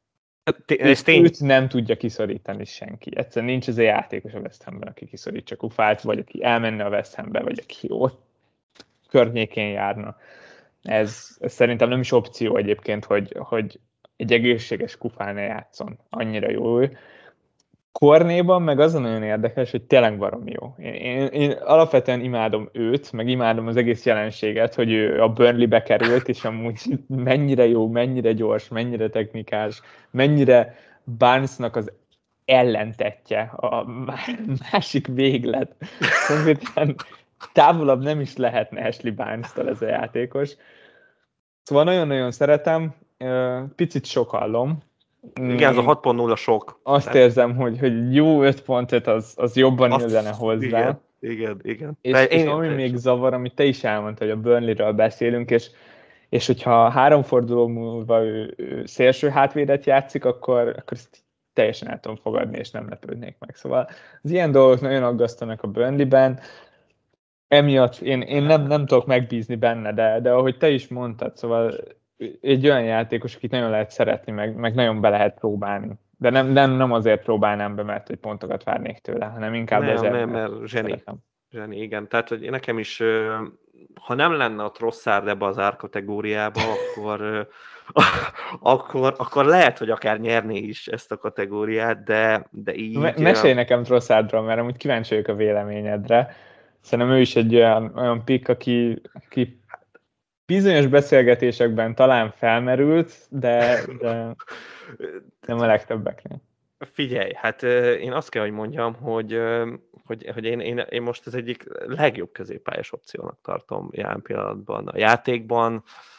és tény... őt nem tudja kiszorítani senki. Egyszerűen nincs az a játékos a West Hamben, aki kiszorítsa Kufát, vagy aki elmenne a West Hambe, vagy aki ott környékén járna. Ez, ez szerintem nem is opció egyébként, hogy, hogy egy egészséges Kufán ne játszon. Annyira jó ő. Kornéban meg az a nagyon érdekes, hogy tényleg baromi jó. Én, én, én alapvetően imádom őt, meg imádom az egész jelenséget, hogy ő a Burnley-be került, és amúgy mennyire jó, mennyire gyors, mennyire technikás, mennyire Barnesnak az ellentetje, a másik véglet. Konkrétan távolabb nem is lehetne Ashley Barnes-től ez a játékos. Szóval nagyon-nagyon szeretem, picit sokallom. Igen, ez a hat pont nulla sok. Azt nem. érzem, hogy, hogy jó öt pont öt az, az jobban illene hozzá. Igen, igen, igen. És, és én, ami én még zavar, amit te is elmondtad, hogy a Burnley-ről beszélünk, és, és hogyha három forduló múlva ő, ő szélső hátvédet játszik, akkor, akkor ezt teljesen el tudom fogadni, és nem lepődnék meg. Szóval az ilyen dolgok nagyon aggasztanak a Burnley-ben. Emiatt én, én nem, nem tudok megbízni benne, de, de ahogy te is mondtad, szóval egy olyan játékos, akit nagyon lehet szeretni, meg, meg nagyon be lehet próbálni. De nem, nem, nem azért próbálnám be, mert hogy pontokat várnék tőle, hanem inkább nem, azért, nem, mert, mert zseni. Szeretem. Zseni, igen. Tehát, hogy nekem is, ha nem lenne a Trossard ebbe az árkategóriába, akkor, akkor, akkor lehet, hogy akár nyerné is ezt a kategóriát, de, de így... Me- mesélj nekem Trossardról, mert amúgy kíváncsi vagyok a véleményedre. Szerintem ő is egy olyan, olyan pick, aki, aki bizonyos beszélgetésekben talán felmerült, de, de nem a legtöbbeknél. Figyelj, hát én azt kell, hogy mondjam, hogy, hogy, hogy én, én, én most az egyik legjobb középpályás opciónak tartom jelen pillanatban a játékban.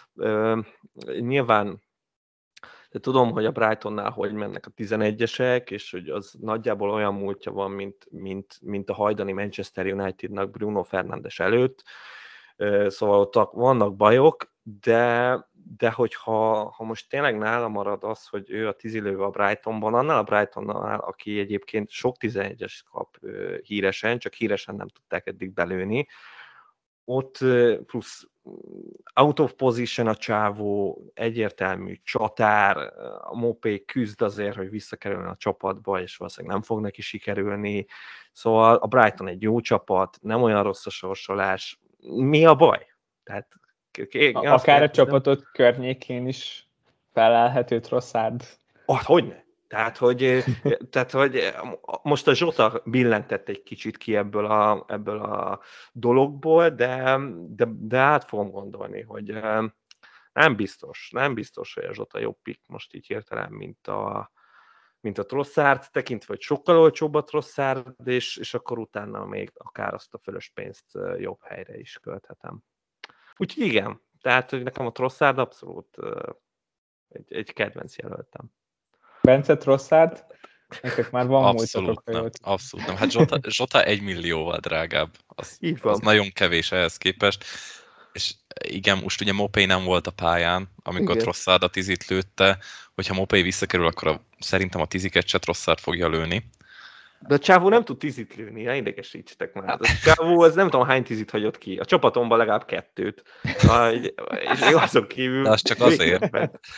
Nyilván de tudom, hogy a Brightonnál hogy mennek a tizenegyesek, és hogy az nagyjából olyan múltja van, mint, mint, mint a hajdani Manchester Unitednak Bruno Fernandes előtt. Szóval ott vannak bajok, de, de hogyha ha most tényleg nála marad az, hogy ő a tízilőve a Brightonban, annál a Brightonnál, aki egyébként sok tizenegyes kap híresen, csak híresen nem tudták eddig belőni, ott plusz out of position a csávó, egyértelmű csatár, a Mopé küzd azért, hogy visszakerülne a csapatba, és valószínűleg nem fog neki sikerülni. Szóval a Brighton egy jó csapat, nem olyan rossz a sorsolás. Mi a baj? Tehát, akár a csapatot nem... környékén is felelhető Trossard. Ah, hogyne? Tehát hogy, tehát, hogy most a Zsota billentett egy kicsit ki ebből a, ebből a dologból, de, de, de át fogom gondolni, hogy nem biztos, nem biztos, hogy a Zsota jobb pick most így hirtelen, mint a, mint a Trossard, tekintve, hogy sokkal olcsóbb a Trossard, és, és akkor utána még akár azt a fölös pénzt jobb helyre is költhetem. Úgyhogy igen, tehát hogy nekem a Trossard abszolút egy, egy kedvenc jelöltem. Bence Trossard? Nektek már van abszolút nem, abszolút nem. Hát Zsota, Zsota egy millióval drágább. Az, az nagyon kevés ehhez képest. És igen, most ugye Mopé nem volt a pályán, amikor igen. Trossard a tizit lőtte. Hogyha Mopé visszakerül, akkor a, szerintem a tiziket se Trossard fogja lőni. De a csávó nem tud tizit lőni, ne idegesítsetek már. A csávó az nem tudom hány tizit hagyott ki. A csapatomban legalább kettőt. És azok kívül... De az csak azért.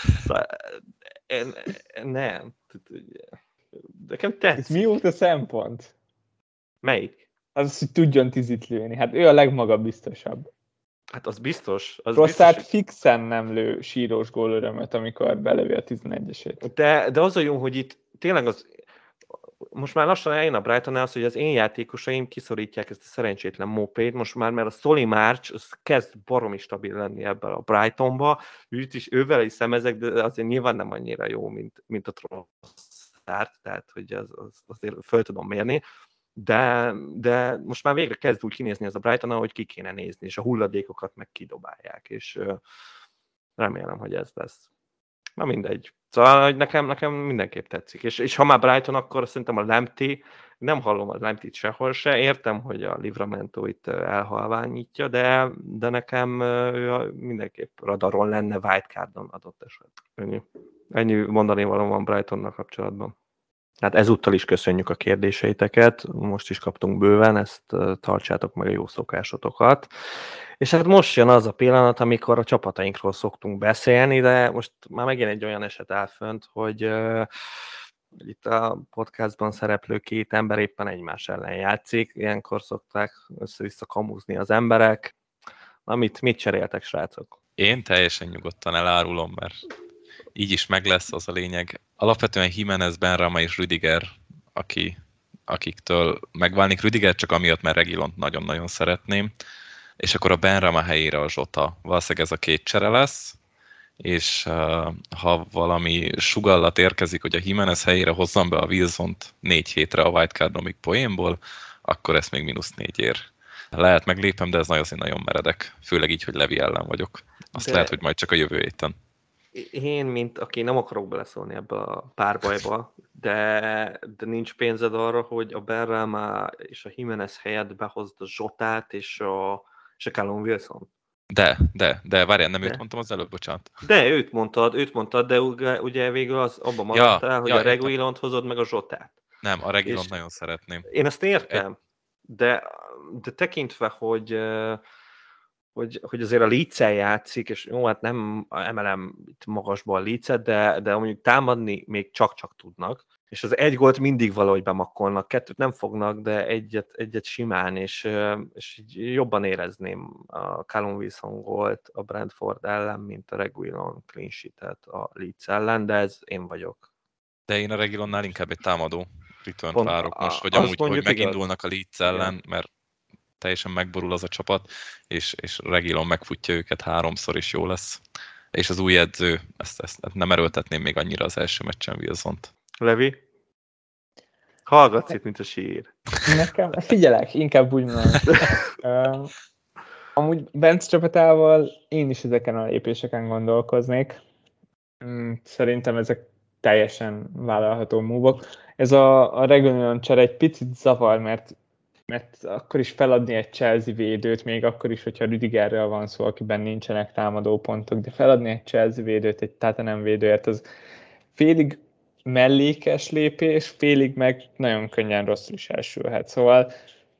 Nem. Nekem tetszik. Ez mi volt a szempont? Melyik? Az, hogy tudjon tizit lőni. Hát ő a legmagabiztosabb. Hát az biztos. Az Trossard biztos, fixen nem lő sírós gólörömöt, amikor belövi a tizenegyesét. De, de az a jó, hogy itt tényleg az... Most már lassan eljön a Brightonnál az, hogy az én játékosaim kiszorítják ezt a szerencsétlen Mopét, most már, mert a Solly March az kezd baromi stabil lenni ebben a Brightonba, őt is, ővel is szemezek, de azért nyilván nem annyira jó, mint, mint a Trossard, tehát hogy az, az, azért föl tudom mérni, de, de most már végre kezd úgy kinézni ez a Brighton, ahogy ki kéne nézni, és a hulladékokat meg kidobálják, és remélem, hogy ez lesz. Na mindegy. Szóval hogy nekem, nekem mindenképp tetszik. És, és ha már Brighton, akkor szerintem a Lamptey, nem hallom a Lamptey-t sehol se, értem, hogy a Livramento itt elhalványítja, de, de nekem ő mindenképp radaron lenne wildcardon adott eset. Ennyi. Ennyi mondani való van Brightonnal kapcsolatban. Hát ezúttal is köszönjük a kérdéseiteket, most is kaptunk bőven, ezt tartsátok meg a jó szokásotokat. És hát most jön az a pillanat, amikor a csapatainkról szoktunk beszélni, de most már megint egy olyan eset áll fönt, hogy uh, itt a podcastban szereplő két ember éppen egymás ellen játszik, ilyenkor szokták össze-vissza kamuzni az emberek. Na mit, mit cseréltek, srácok? Én teljesen nyugodtan elárulom, mert így is meg lesz, az a lényeg. Alapvetően Jimenez, Benrahma és Rüdiger, aki, akiktől megválnik. Rüdiger csak amiatt, mert Reguilont nagyon-nagyon szeretném. És akkor a Benrahma helyére a Zsota. Valószínűleg ez a két csere lesz, és uh, ha valami sugallat érkezik, hogy a Jimenez helyére hozzam be a Wilsont négy hétre a wildcardomig poénból, akkor ezt még mínusz négy ér. Lehet meglépem, de ez nagyon, nagyon meredek. Főleg így, hogy Levi ellen vagyok. Azt de... lehet, hogy majd csak a jövő héten. Én, mint aki nem akarok beleszólni ebbe a párbajba, de, de nincs pénzed arra, hogy a Benrahma és a Jimenez helyett behozd a Zsotát és a, és a Callum Wilson. De, de, de várjál, nem de. őt mondtam az előbb, bocsánat. De, őt mondtad, őt mondtad, de ugye, ugye végül az abban maradtál, ja, hogy ja, a Reguilont hozod meg a Zsotát. Nem, a Reguilont nagyon szeretném. Én ezt értem, de, de tekintve, hogy Hogy, hogy azért a Leeds-el játszik, és jó, hát nem emelem itt magasba a Leeds-et, de, de mondjuk támadni még csak-csak tudnak, és az egy gólt mindig valahogy bemakkolnak, kettőt nem fognak, de egyet, egyet simán, és, és így jobban érezném a Callum Wilson gólt a Brentford ellen, mint a Reguilon clean sheet-et a Leeds ellen, de ez én vagyok. De én a Reguilonnál inkább egy támadó return várok most, hogy amúgy, hogy megindulnak a Leeds ellen, igen. Mert teljesen megborul az a csapat, és, és Reguilon megfutja őket háromszor, is jó lesz. És az új edző, ezt, ezt nem erőltetném még annyira az első meccsen Wilsont. Levi? Hallgatsz itt, mint a sír. Nekem, figyelek, inkább úgy mondom. uh, amúgy Bence csapatával én is ezeken a lépéseken gondolkoznék. Szerintem ezek teljesen vállalható múvok. Ez a, a Reguilon csere egy picit zavar, mert mert akkor is feladni egy Chelsea védőt, még akkor is, hogyha Rüdigerrel van szó, akiben nincsenek támadó pontok, de feladni egy Chelsea védőt, egy Tottenham védőért, az félig mellékes lépés, félig meg nagyon könnyen rosszul is elsülhet. Szóval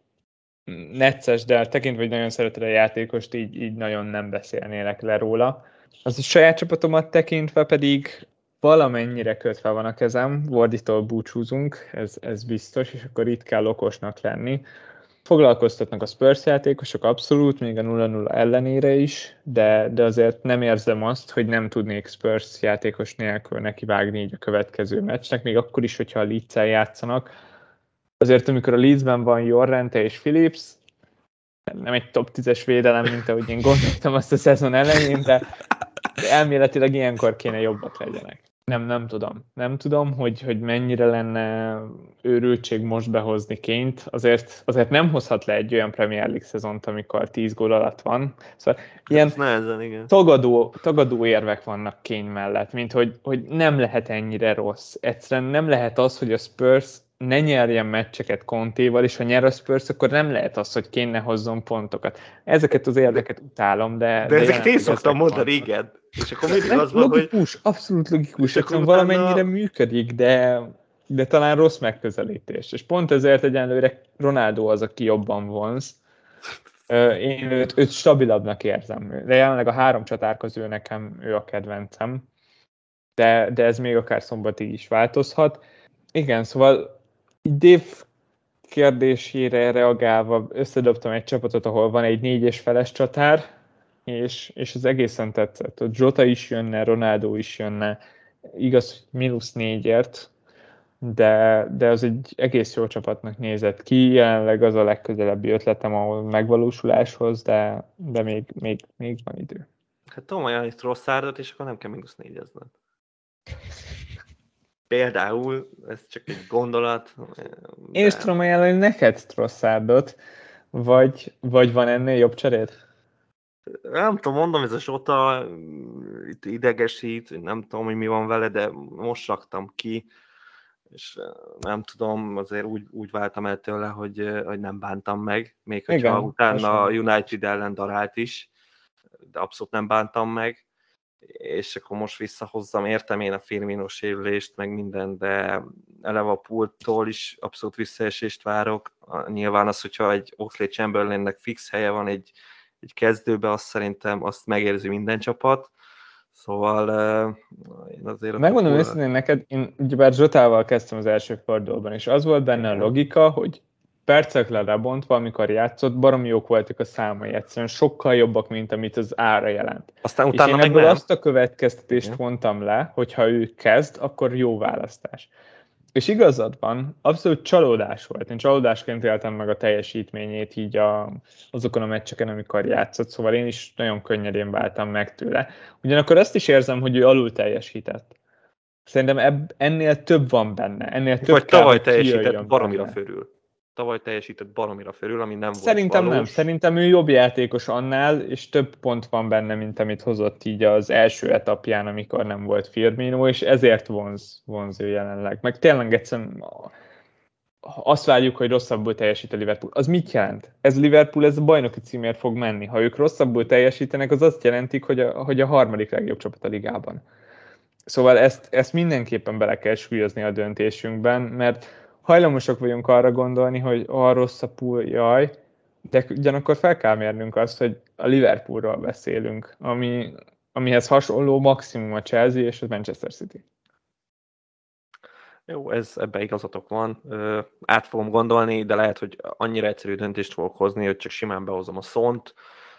necces, de tekintve, hogy nagyon szereted a játékost, így, így nagyon nem beszélnélek le róla. Az a saját csapatomat tekintve pedig valamennyire kötve van a kezem, Warditól búcsúzunk, ez, ez biztos, és akkor itt kell okosnak lenni. Foglalkoztatnak a Spurs játékosok abszolút, még a nulla nulla ellenére is, de, de azért nem érzem azt, hogy nem tudnék Spurs játékos nélkül nekivágni így a következő meccsnek, még akkor is, hogyha a Leeds-el játszanak. Azért, amikor a Leedsben van Llorente és Phillips, nem egy top tízes védelem, mint ahogy én gondoltam azt a szezon elején, de elméletileg ilyenkor kéne jobbak legyenek. Nem, nem tudom. Nem tudom, hogy, hogy mennyire lenne őrültség most behozni Kane-t. Azért, azért nem hozhat le egy olyan Premier League szezont, amikor tíz gól alatt van. Szóval ilyen nehezen, igen. Tagadó, tagadó érvek vannak Kane mellett, mint hogy, hogy nem lehet ennyire rossz. Egyszerűen nem lehet az, hogy a Spurs ne nyerjen meccseket Contéval, és ha nyer a Spurs, akkor nem lehet az, hogy Kane ne hozzon pontokat. Ezeket az érveket utálom, de... De, de ezeket én szoktam mondani, igen. És akkor mindig az van, logikus, hogy... abszolút logikus, egyszerűen valamennyire utána... működik, de, de talán rossz megközelítés. És pont ezért egyenlőre Ronaldo az, aki jobban vonz. Én őt, őt stabilabbnak érzem. De jelenleg a három csatár közül nekem ő a kedvencem. De, de ez még akár szombatig is változhat. Igen, szóval Dave kérdésére reagálva összedobtam egy csapatot, ahol van egy négyes feles csatár, és, és az egészen tetszett. Ott Zsota is jönne, Ronaldo is jönne, igaz, hogy mínusz négyért, de, de az egy egész jó csapatnak nézett ki, jelenleg az a legközelebbi ötletem a megvalósuláshoz, de, de még, még, még van idő. Hát tudom ajánlani Trossardot, és akkor nem kell mínusz négyezned. Például, ez csak egy gondolat. De... Én is tudom ajánlani neked Trossardot, vagy, vagy van ennél jobb cseréd? Nem tudom, mondom, ez a Zsota itt idegesít, nem tudom, hogy mi van vele, de most raktam ki, és nem tudom, azért úgy, úgy váltam el tőle, hogy, hogy nem bántam meg, még hogyha igen, utána a United ellen darált is, de abszolút nem bántam meg, és akkor most visszahozzam, értem én a Firmino sérülést, meg minden, de eleve a pulttól is abszolút visszaesést várok. Nyilván az, hogyha egy Oxlade Chamberlainnek fix helye van egy, egy kezdőbe, azt szerintem azt megérzi minden csapat. Szóval uh, én azért... Megmondom pul... őszintén neked, én ugyebár Zsotával kezdtem az első fordulóban, és az volt benne a logika, hogy percekre lebontva, amikor játszott, baromi jók voltak a számai, egyszerűen sokkal jobbak, mint amit az ára jelent. Aztán és én ebből nem. azt a következtetést vontam le, hogy ha ő kezd, akkor jó választás. És igazad van, abszolút csalódás volt. Én csalódásként éltem meg a teljesítményét így a, azokon a meccseken, amikor játszott, szóval én is nagyon könnyedén váltam meg tőle. Ugyanakkor azt is érzem, hogy ő alul teljesített. Szerintem ebb, ennél több van benne. Ennél több Vagy kell, tavaly teljesített baromira benne. fölül. Tavaly teljesített baromira fölül, ami nem Szerintem volt valós. nem. Szerintem ő jobb játékos annál, és több pont van benne, mint amit hozott így az első etapján, amikor nem volt Firmino, és ezért vonz, vonz ő jelenleg. Meg tényleg egyszerűen azt várjuk, hogy rosszabbul teljesít a Liverpool. Az mit jelent? Ez Liverpool, ez a bajnoki címért fog menni. Ha ők rosszabbul teljesítenek, az azt jelentik, hogy a, hogy a harmadik legjobb csapat a ligában. Szóval ezt, ezt mindenképpen bele kell súlyozni a döntésünkben, mert hajlamosak vagyunk arra gondolni, hogy a rossz a pool, jaj, de ugyanakkor fel kell mérnünk azt, hogy a Liverpoolról beszélünk, ami, amihez hasonló maximum a Chelsea és a Manchester City. Jó, ez ebben igazatok van. Ö, át fogom gondolni, de lehet, hogy annyira egyszerű döntést fogok hozni, hogy csak simán behozom a Sont,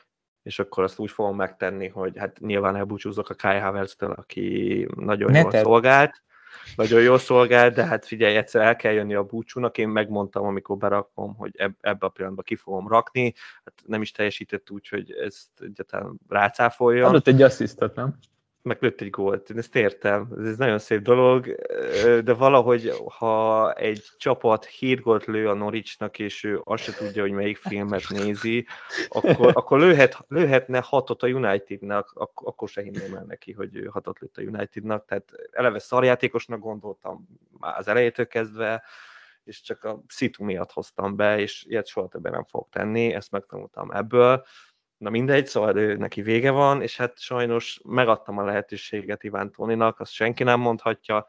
és akkor azt úgy fogom megtenni, hogy hát nyilván elbúcsúzok a Kai Havertz-től, aki nagyon jól szolgált. Nagyon jól szolgált, de hát figyelj, egyszer el kell jönni a búcsúnak, én megmondtam, amikor berakom, hogy ebbe a pillanatban ki fogom rakni, hát nem is teljesített úgy, hogy ezt egyáltalán rácáfoljon. Adott egy asszisztot, nem? Meg lőtt egy gólt, én ezt értem, ez nagyon szép dolog, de valahogy, ha egy csapat hét gólt lő a Norwichnak, és ő azt se tudja, hogy melyik filmet nézi, akkor, akkor lőhet, lőhetne hatot a Unitednak, ak- akkor se hinném el neki, hogy ő hatot lőtt a Unitednak, tehát eleve szarjátékosnak gondoltam már az elejétől kezdve, és csak a szitu miatt hoztam be, és ilyet soha többé nem fogok tenni, ezt megtanultam ebből. Na mindegy, szóval ő, neki vége van, és hát sajnos megadtam a lehetőséget Iván Tóninak, azt senki nem mondhatja,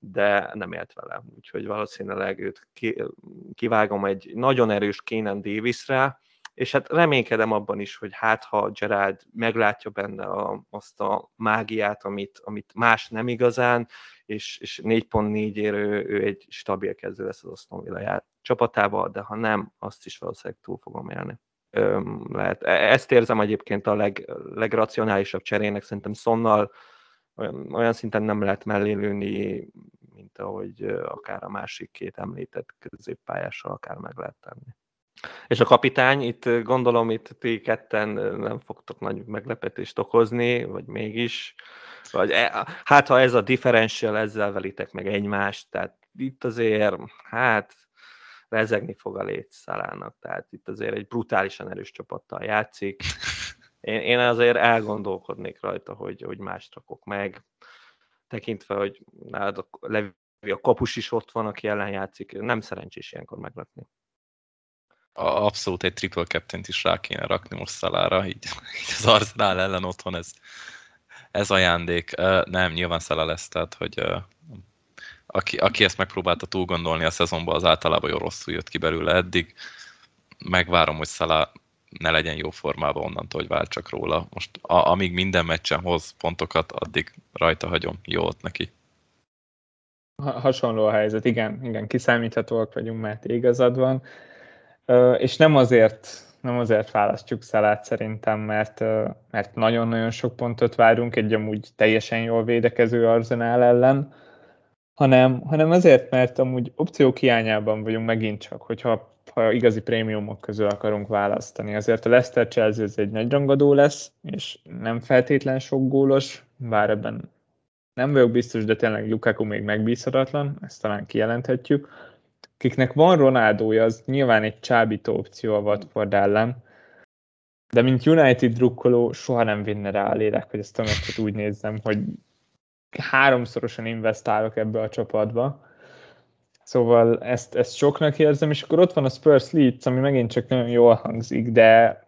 de nem élt vele. Úgyhogy valószínűleg őt ki, kivágom egy nagyon erős Keenan Davisre, és hát reménykedem abban is, hogy hát ha Gerrard meglátja benne a, azt a mágiát, amit, amit más nem igazán, és, és négy pont négyért ő, ő egy stabil kezdő lesz az Aston Villa csapatában, de ha nem, azt is valószínűleg túl fogom élni. Lehet. Ezt érzem egyébként a leg, legracionálisabb cserének, szerintem Sonnal olyan, olyan szinten nem lehet mellé lőni, mint ahogy akár a másik két említett középpályással akár meg lehet tenni. És a kapitány, itt gondolom, itt ti ketten nem fogtok nagy meglepetést okozni, vagy mégis, vagy e, hát ha ez a differential, ezzel velitek meg egymást, tehát itt azért, hát rezegni fog a léc Szalának, tehát itt azért egy brutálisan erős csapattal játszik. Én, én azért elgondolkodnék rajta, hogy, hogy mást rakok meg, tekintve, hogy nálad a, Levi, a kapus is ott van, aki ellen játszik, nem szerencsés ilyenkor megrakni. Abszolút egy triple captain-t is rá kéne rakni most Szalára, így, így az Arsenal ellen otthon ez, ez ajándék. Nem, nyilván Szala lesz, tehát hogy Aki, aki ezt megpróbálta túl gondolni a szezonban, az általában jó rosszul jött ki belőle eddig. Megvárom, hogy Salah ne legyen jó formában onnantól, hogy váltsak róla. Most a, amíg minden meccsen hoz pontokat, addig rajta hagyom. Jó ott neki. Hasonló a helyzet, igen, igen, kiszámíthatóak vagyunk, mert igazad van. És nem azért, nem azért választjuk Salát szerintem, mert, mert nagyon-nagyon sok pontot várunk egy amúgy teljesen jól védekező Arsenal ellen, hanem, hanem azért, mert amúgy opciók hiányában vagyunk megint csak, hogyha ha igazi prémiumok közül akarunk választani. Azért a Leicester Chelsea ez egy nagy rangadó lesz, és nem feltétlen sok gólos, bár ebben nem vagyok biztos, de tényleg Lukaku még megbízhatatlan, ezt talán kijelenthetjük. Akiknek van Ronaldója, az nyilván egy csábító opció a Watford ellen, de mint United drukkoló soha nem vinne rá a lélek, hogy ezt a meccset úgy nézzem, hogy háromszorosan investálok ebbe a csapatba. Szóval ezt, ezt soknak érzem, és akkor ott van a Spurs Leeds, ami megint csak nagyon jól hangzik, de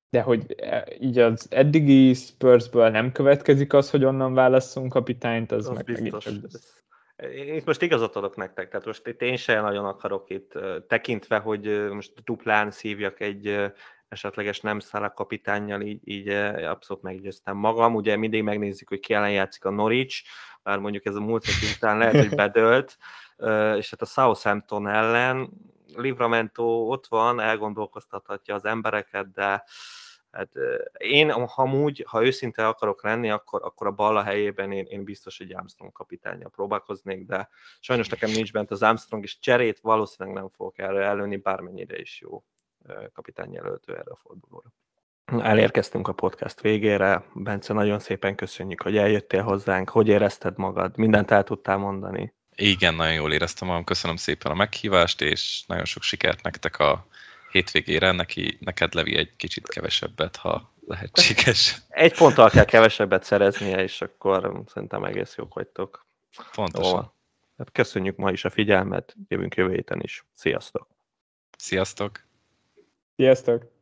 De hogy így az eddigi Spursből nem következik az, hogy onnan válasszunk kapitányt, az, Az meg biztos. megint csak biztos. Itt most igazat adok nektek, tehát most itt én sem nagyon akarok itt, tekintve, hogy most duplán szívjak egy esetleges nem Salah kapitánnyal, így, így abszolút meggyőztem magam. Ugye mindig megnézzük, hogy ki ellen játszik a Norwich, bár mondjuk ez a múlt heti után lehet, hogy bedölt, és hát a Southampton ellen Livramento ott van, elgondolkoztathatja az embereket, de hát én, ha úgy, ha őszinte akarok lenni, akkor, akkor a Balla helyében én, én biztos, hogy Armstrong kapitánnyal próbálkoznék, de sajnos nekem nincs bent az Armstrong, és cserét valószínűleg nem fogok erre előni, bármennyire is jó kapitányjelöltő erre a fordulóra. Elérkeztünk a podcast végére. Bence, nagyon szépen köszönjük, hogy eljöttél hozzánk. Hogy érezted magad? Mindent el tudtál mondani? Igen, nagyon jól éreztem magam. Köszönöm szépen a meghívást, és nagyon sok sikert nektek a hétvégére. Neki, neked, Levi, egy kicsit kevesebbet, ha lehetséges. Egy ponttal kell kevesebbet szereznie, és akkor szerintem egész jók vagytok. Pontosan. Ó, hát köszönjük ma is a figyelmet, jövünk jövő héten is. Sziasztok! Sziasztok! Sziasztok!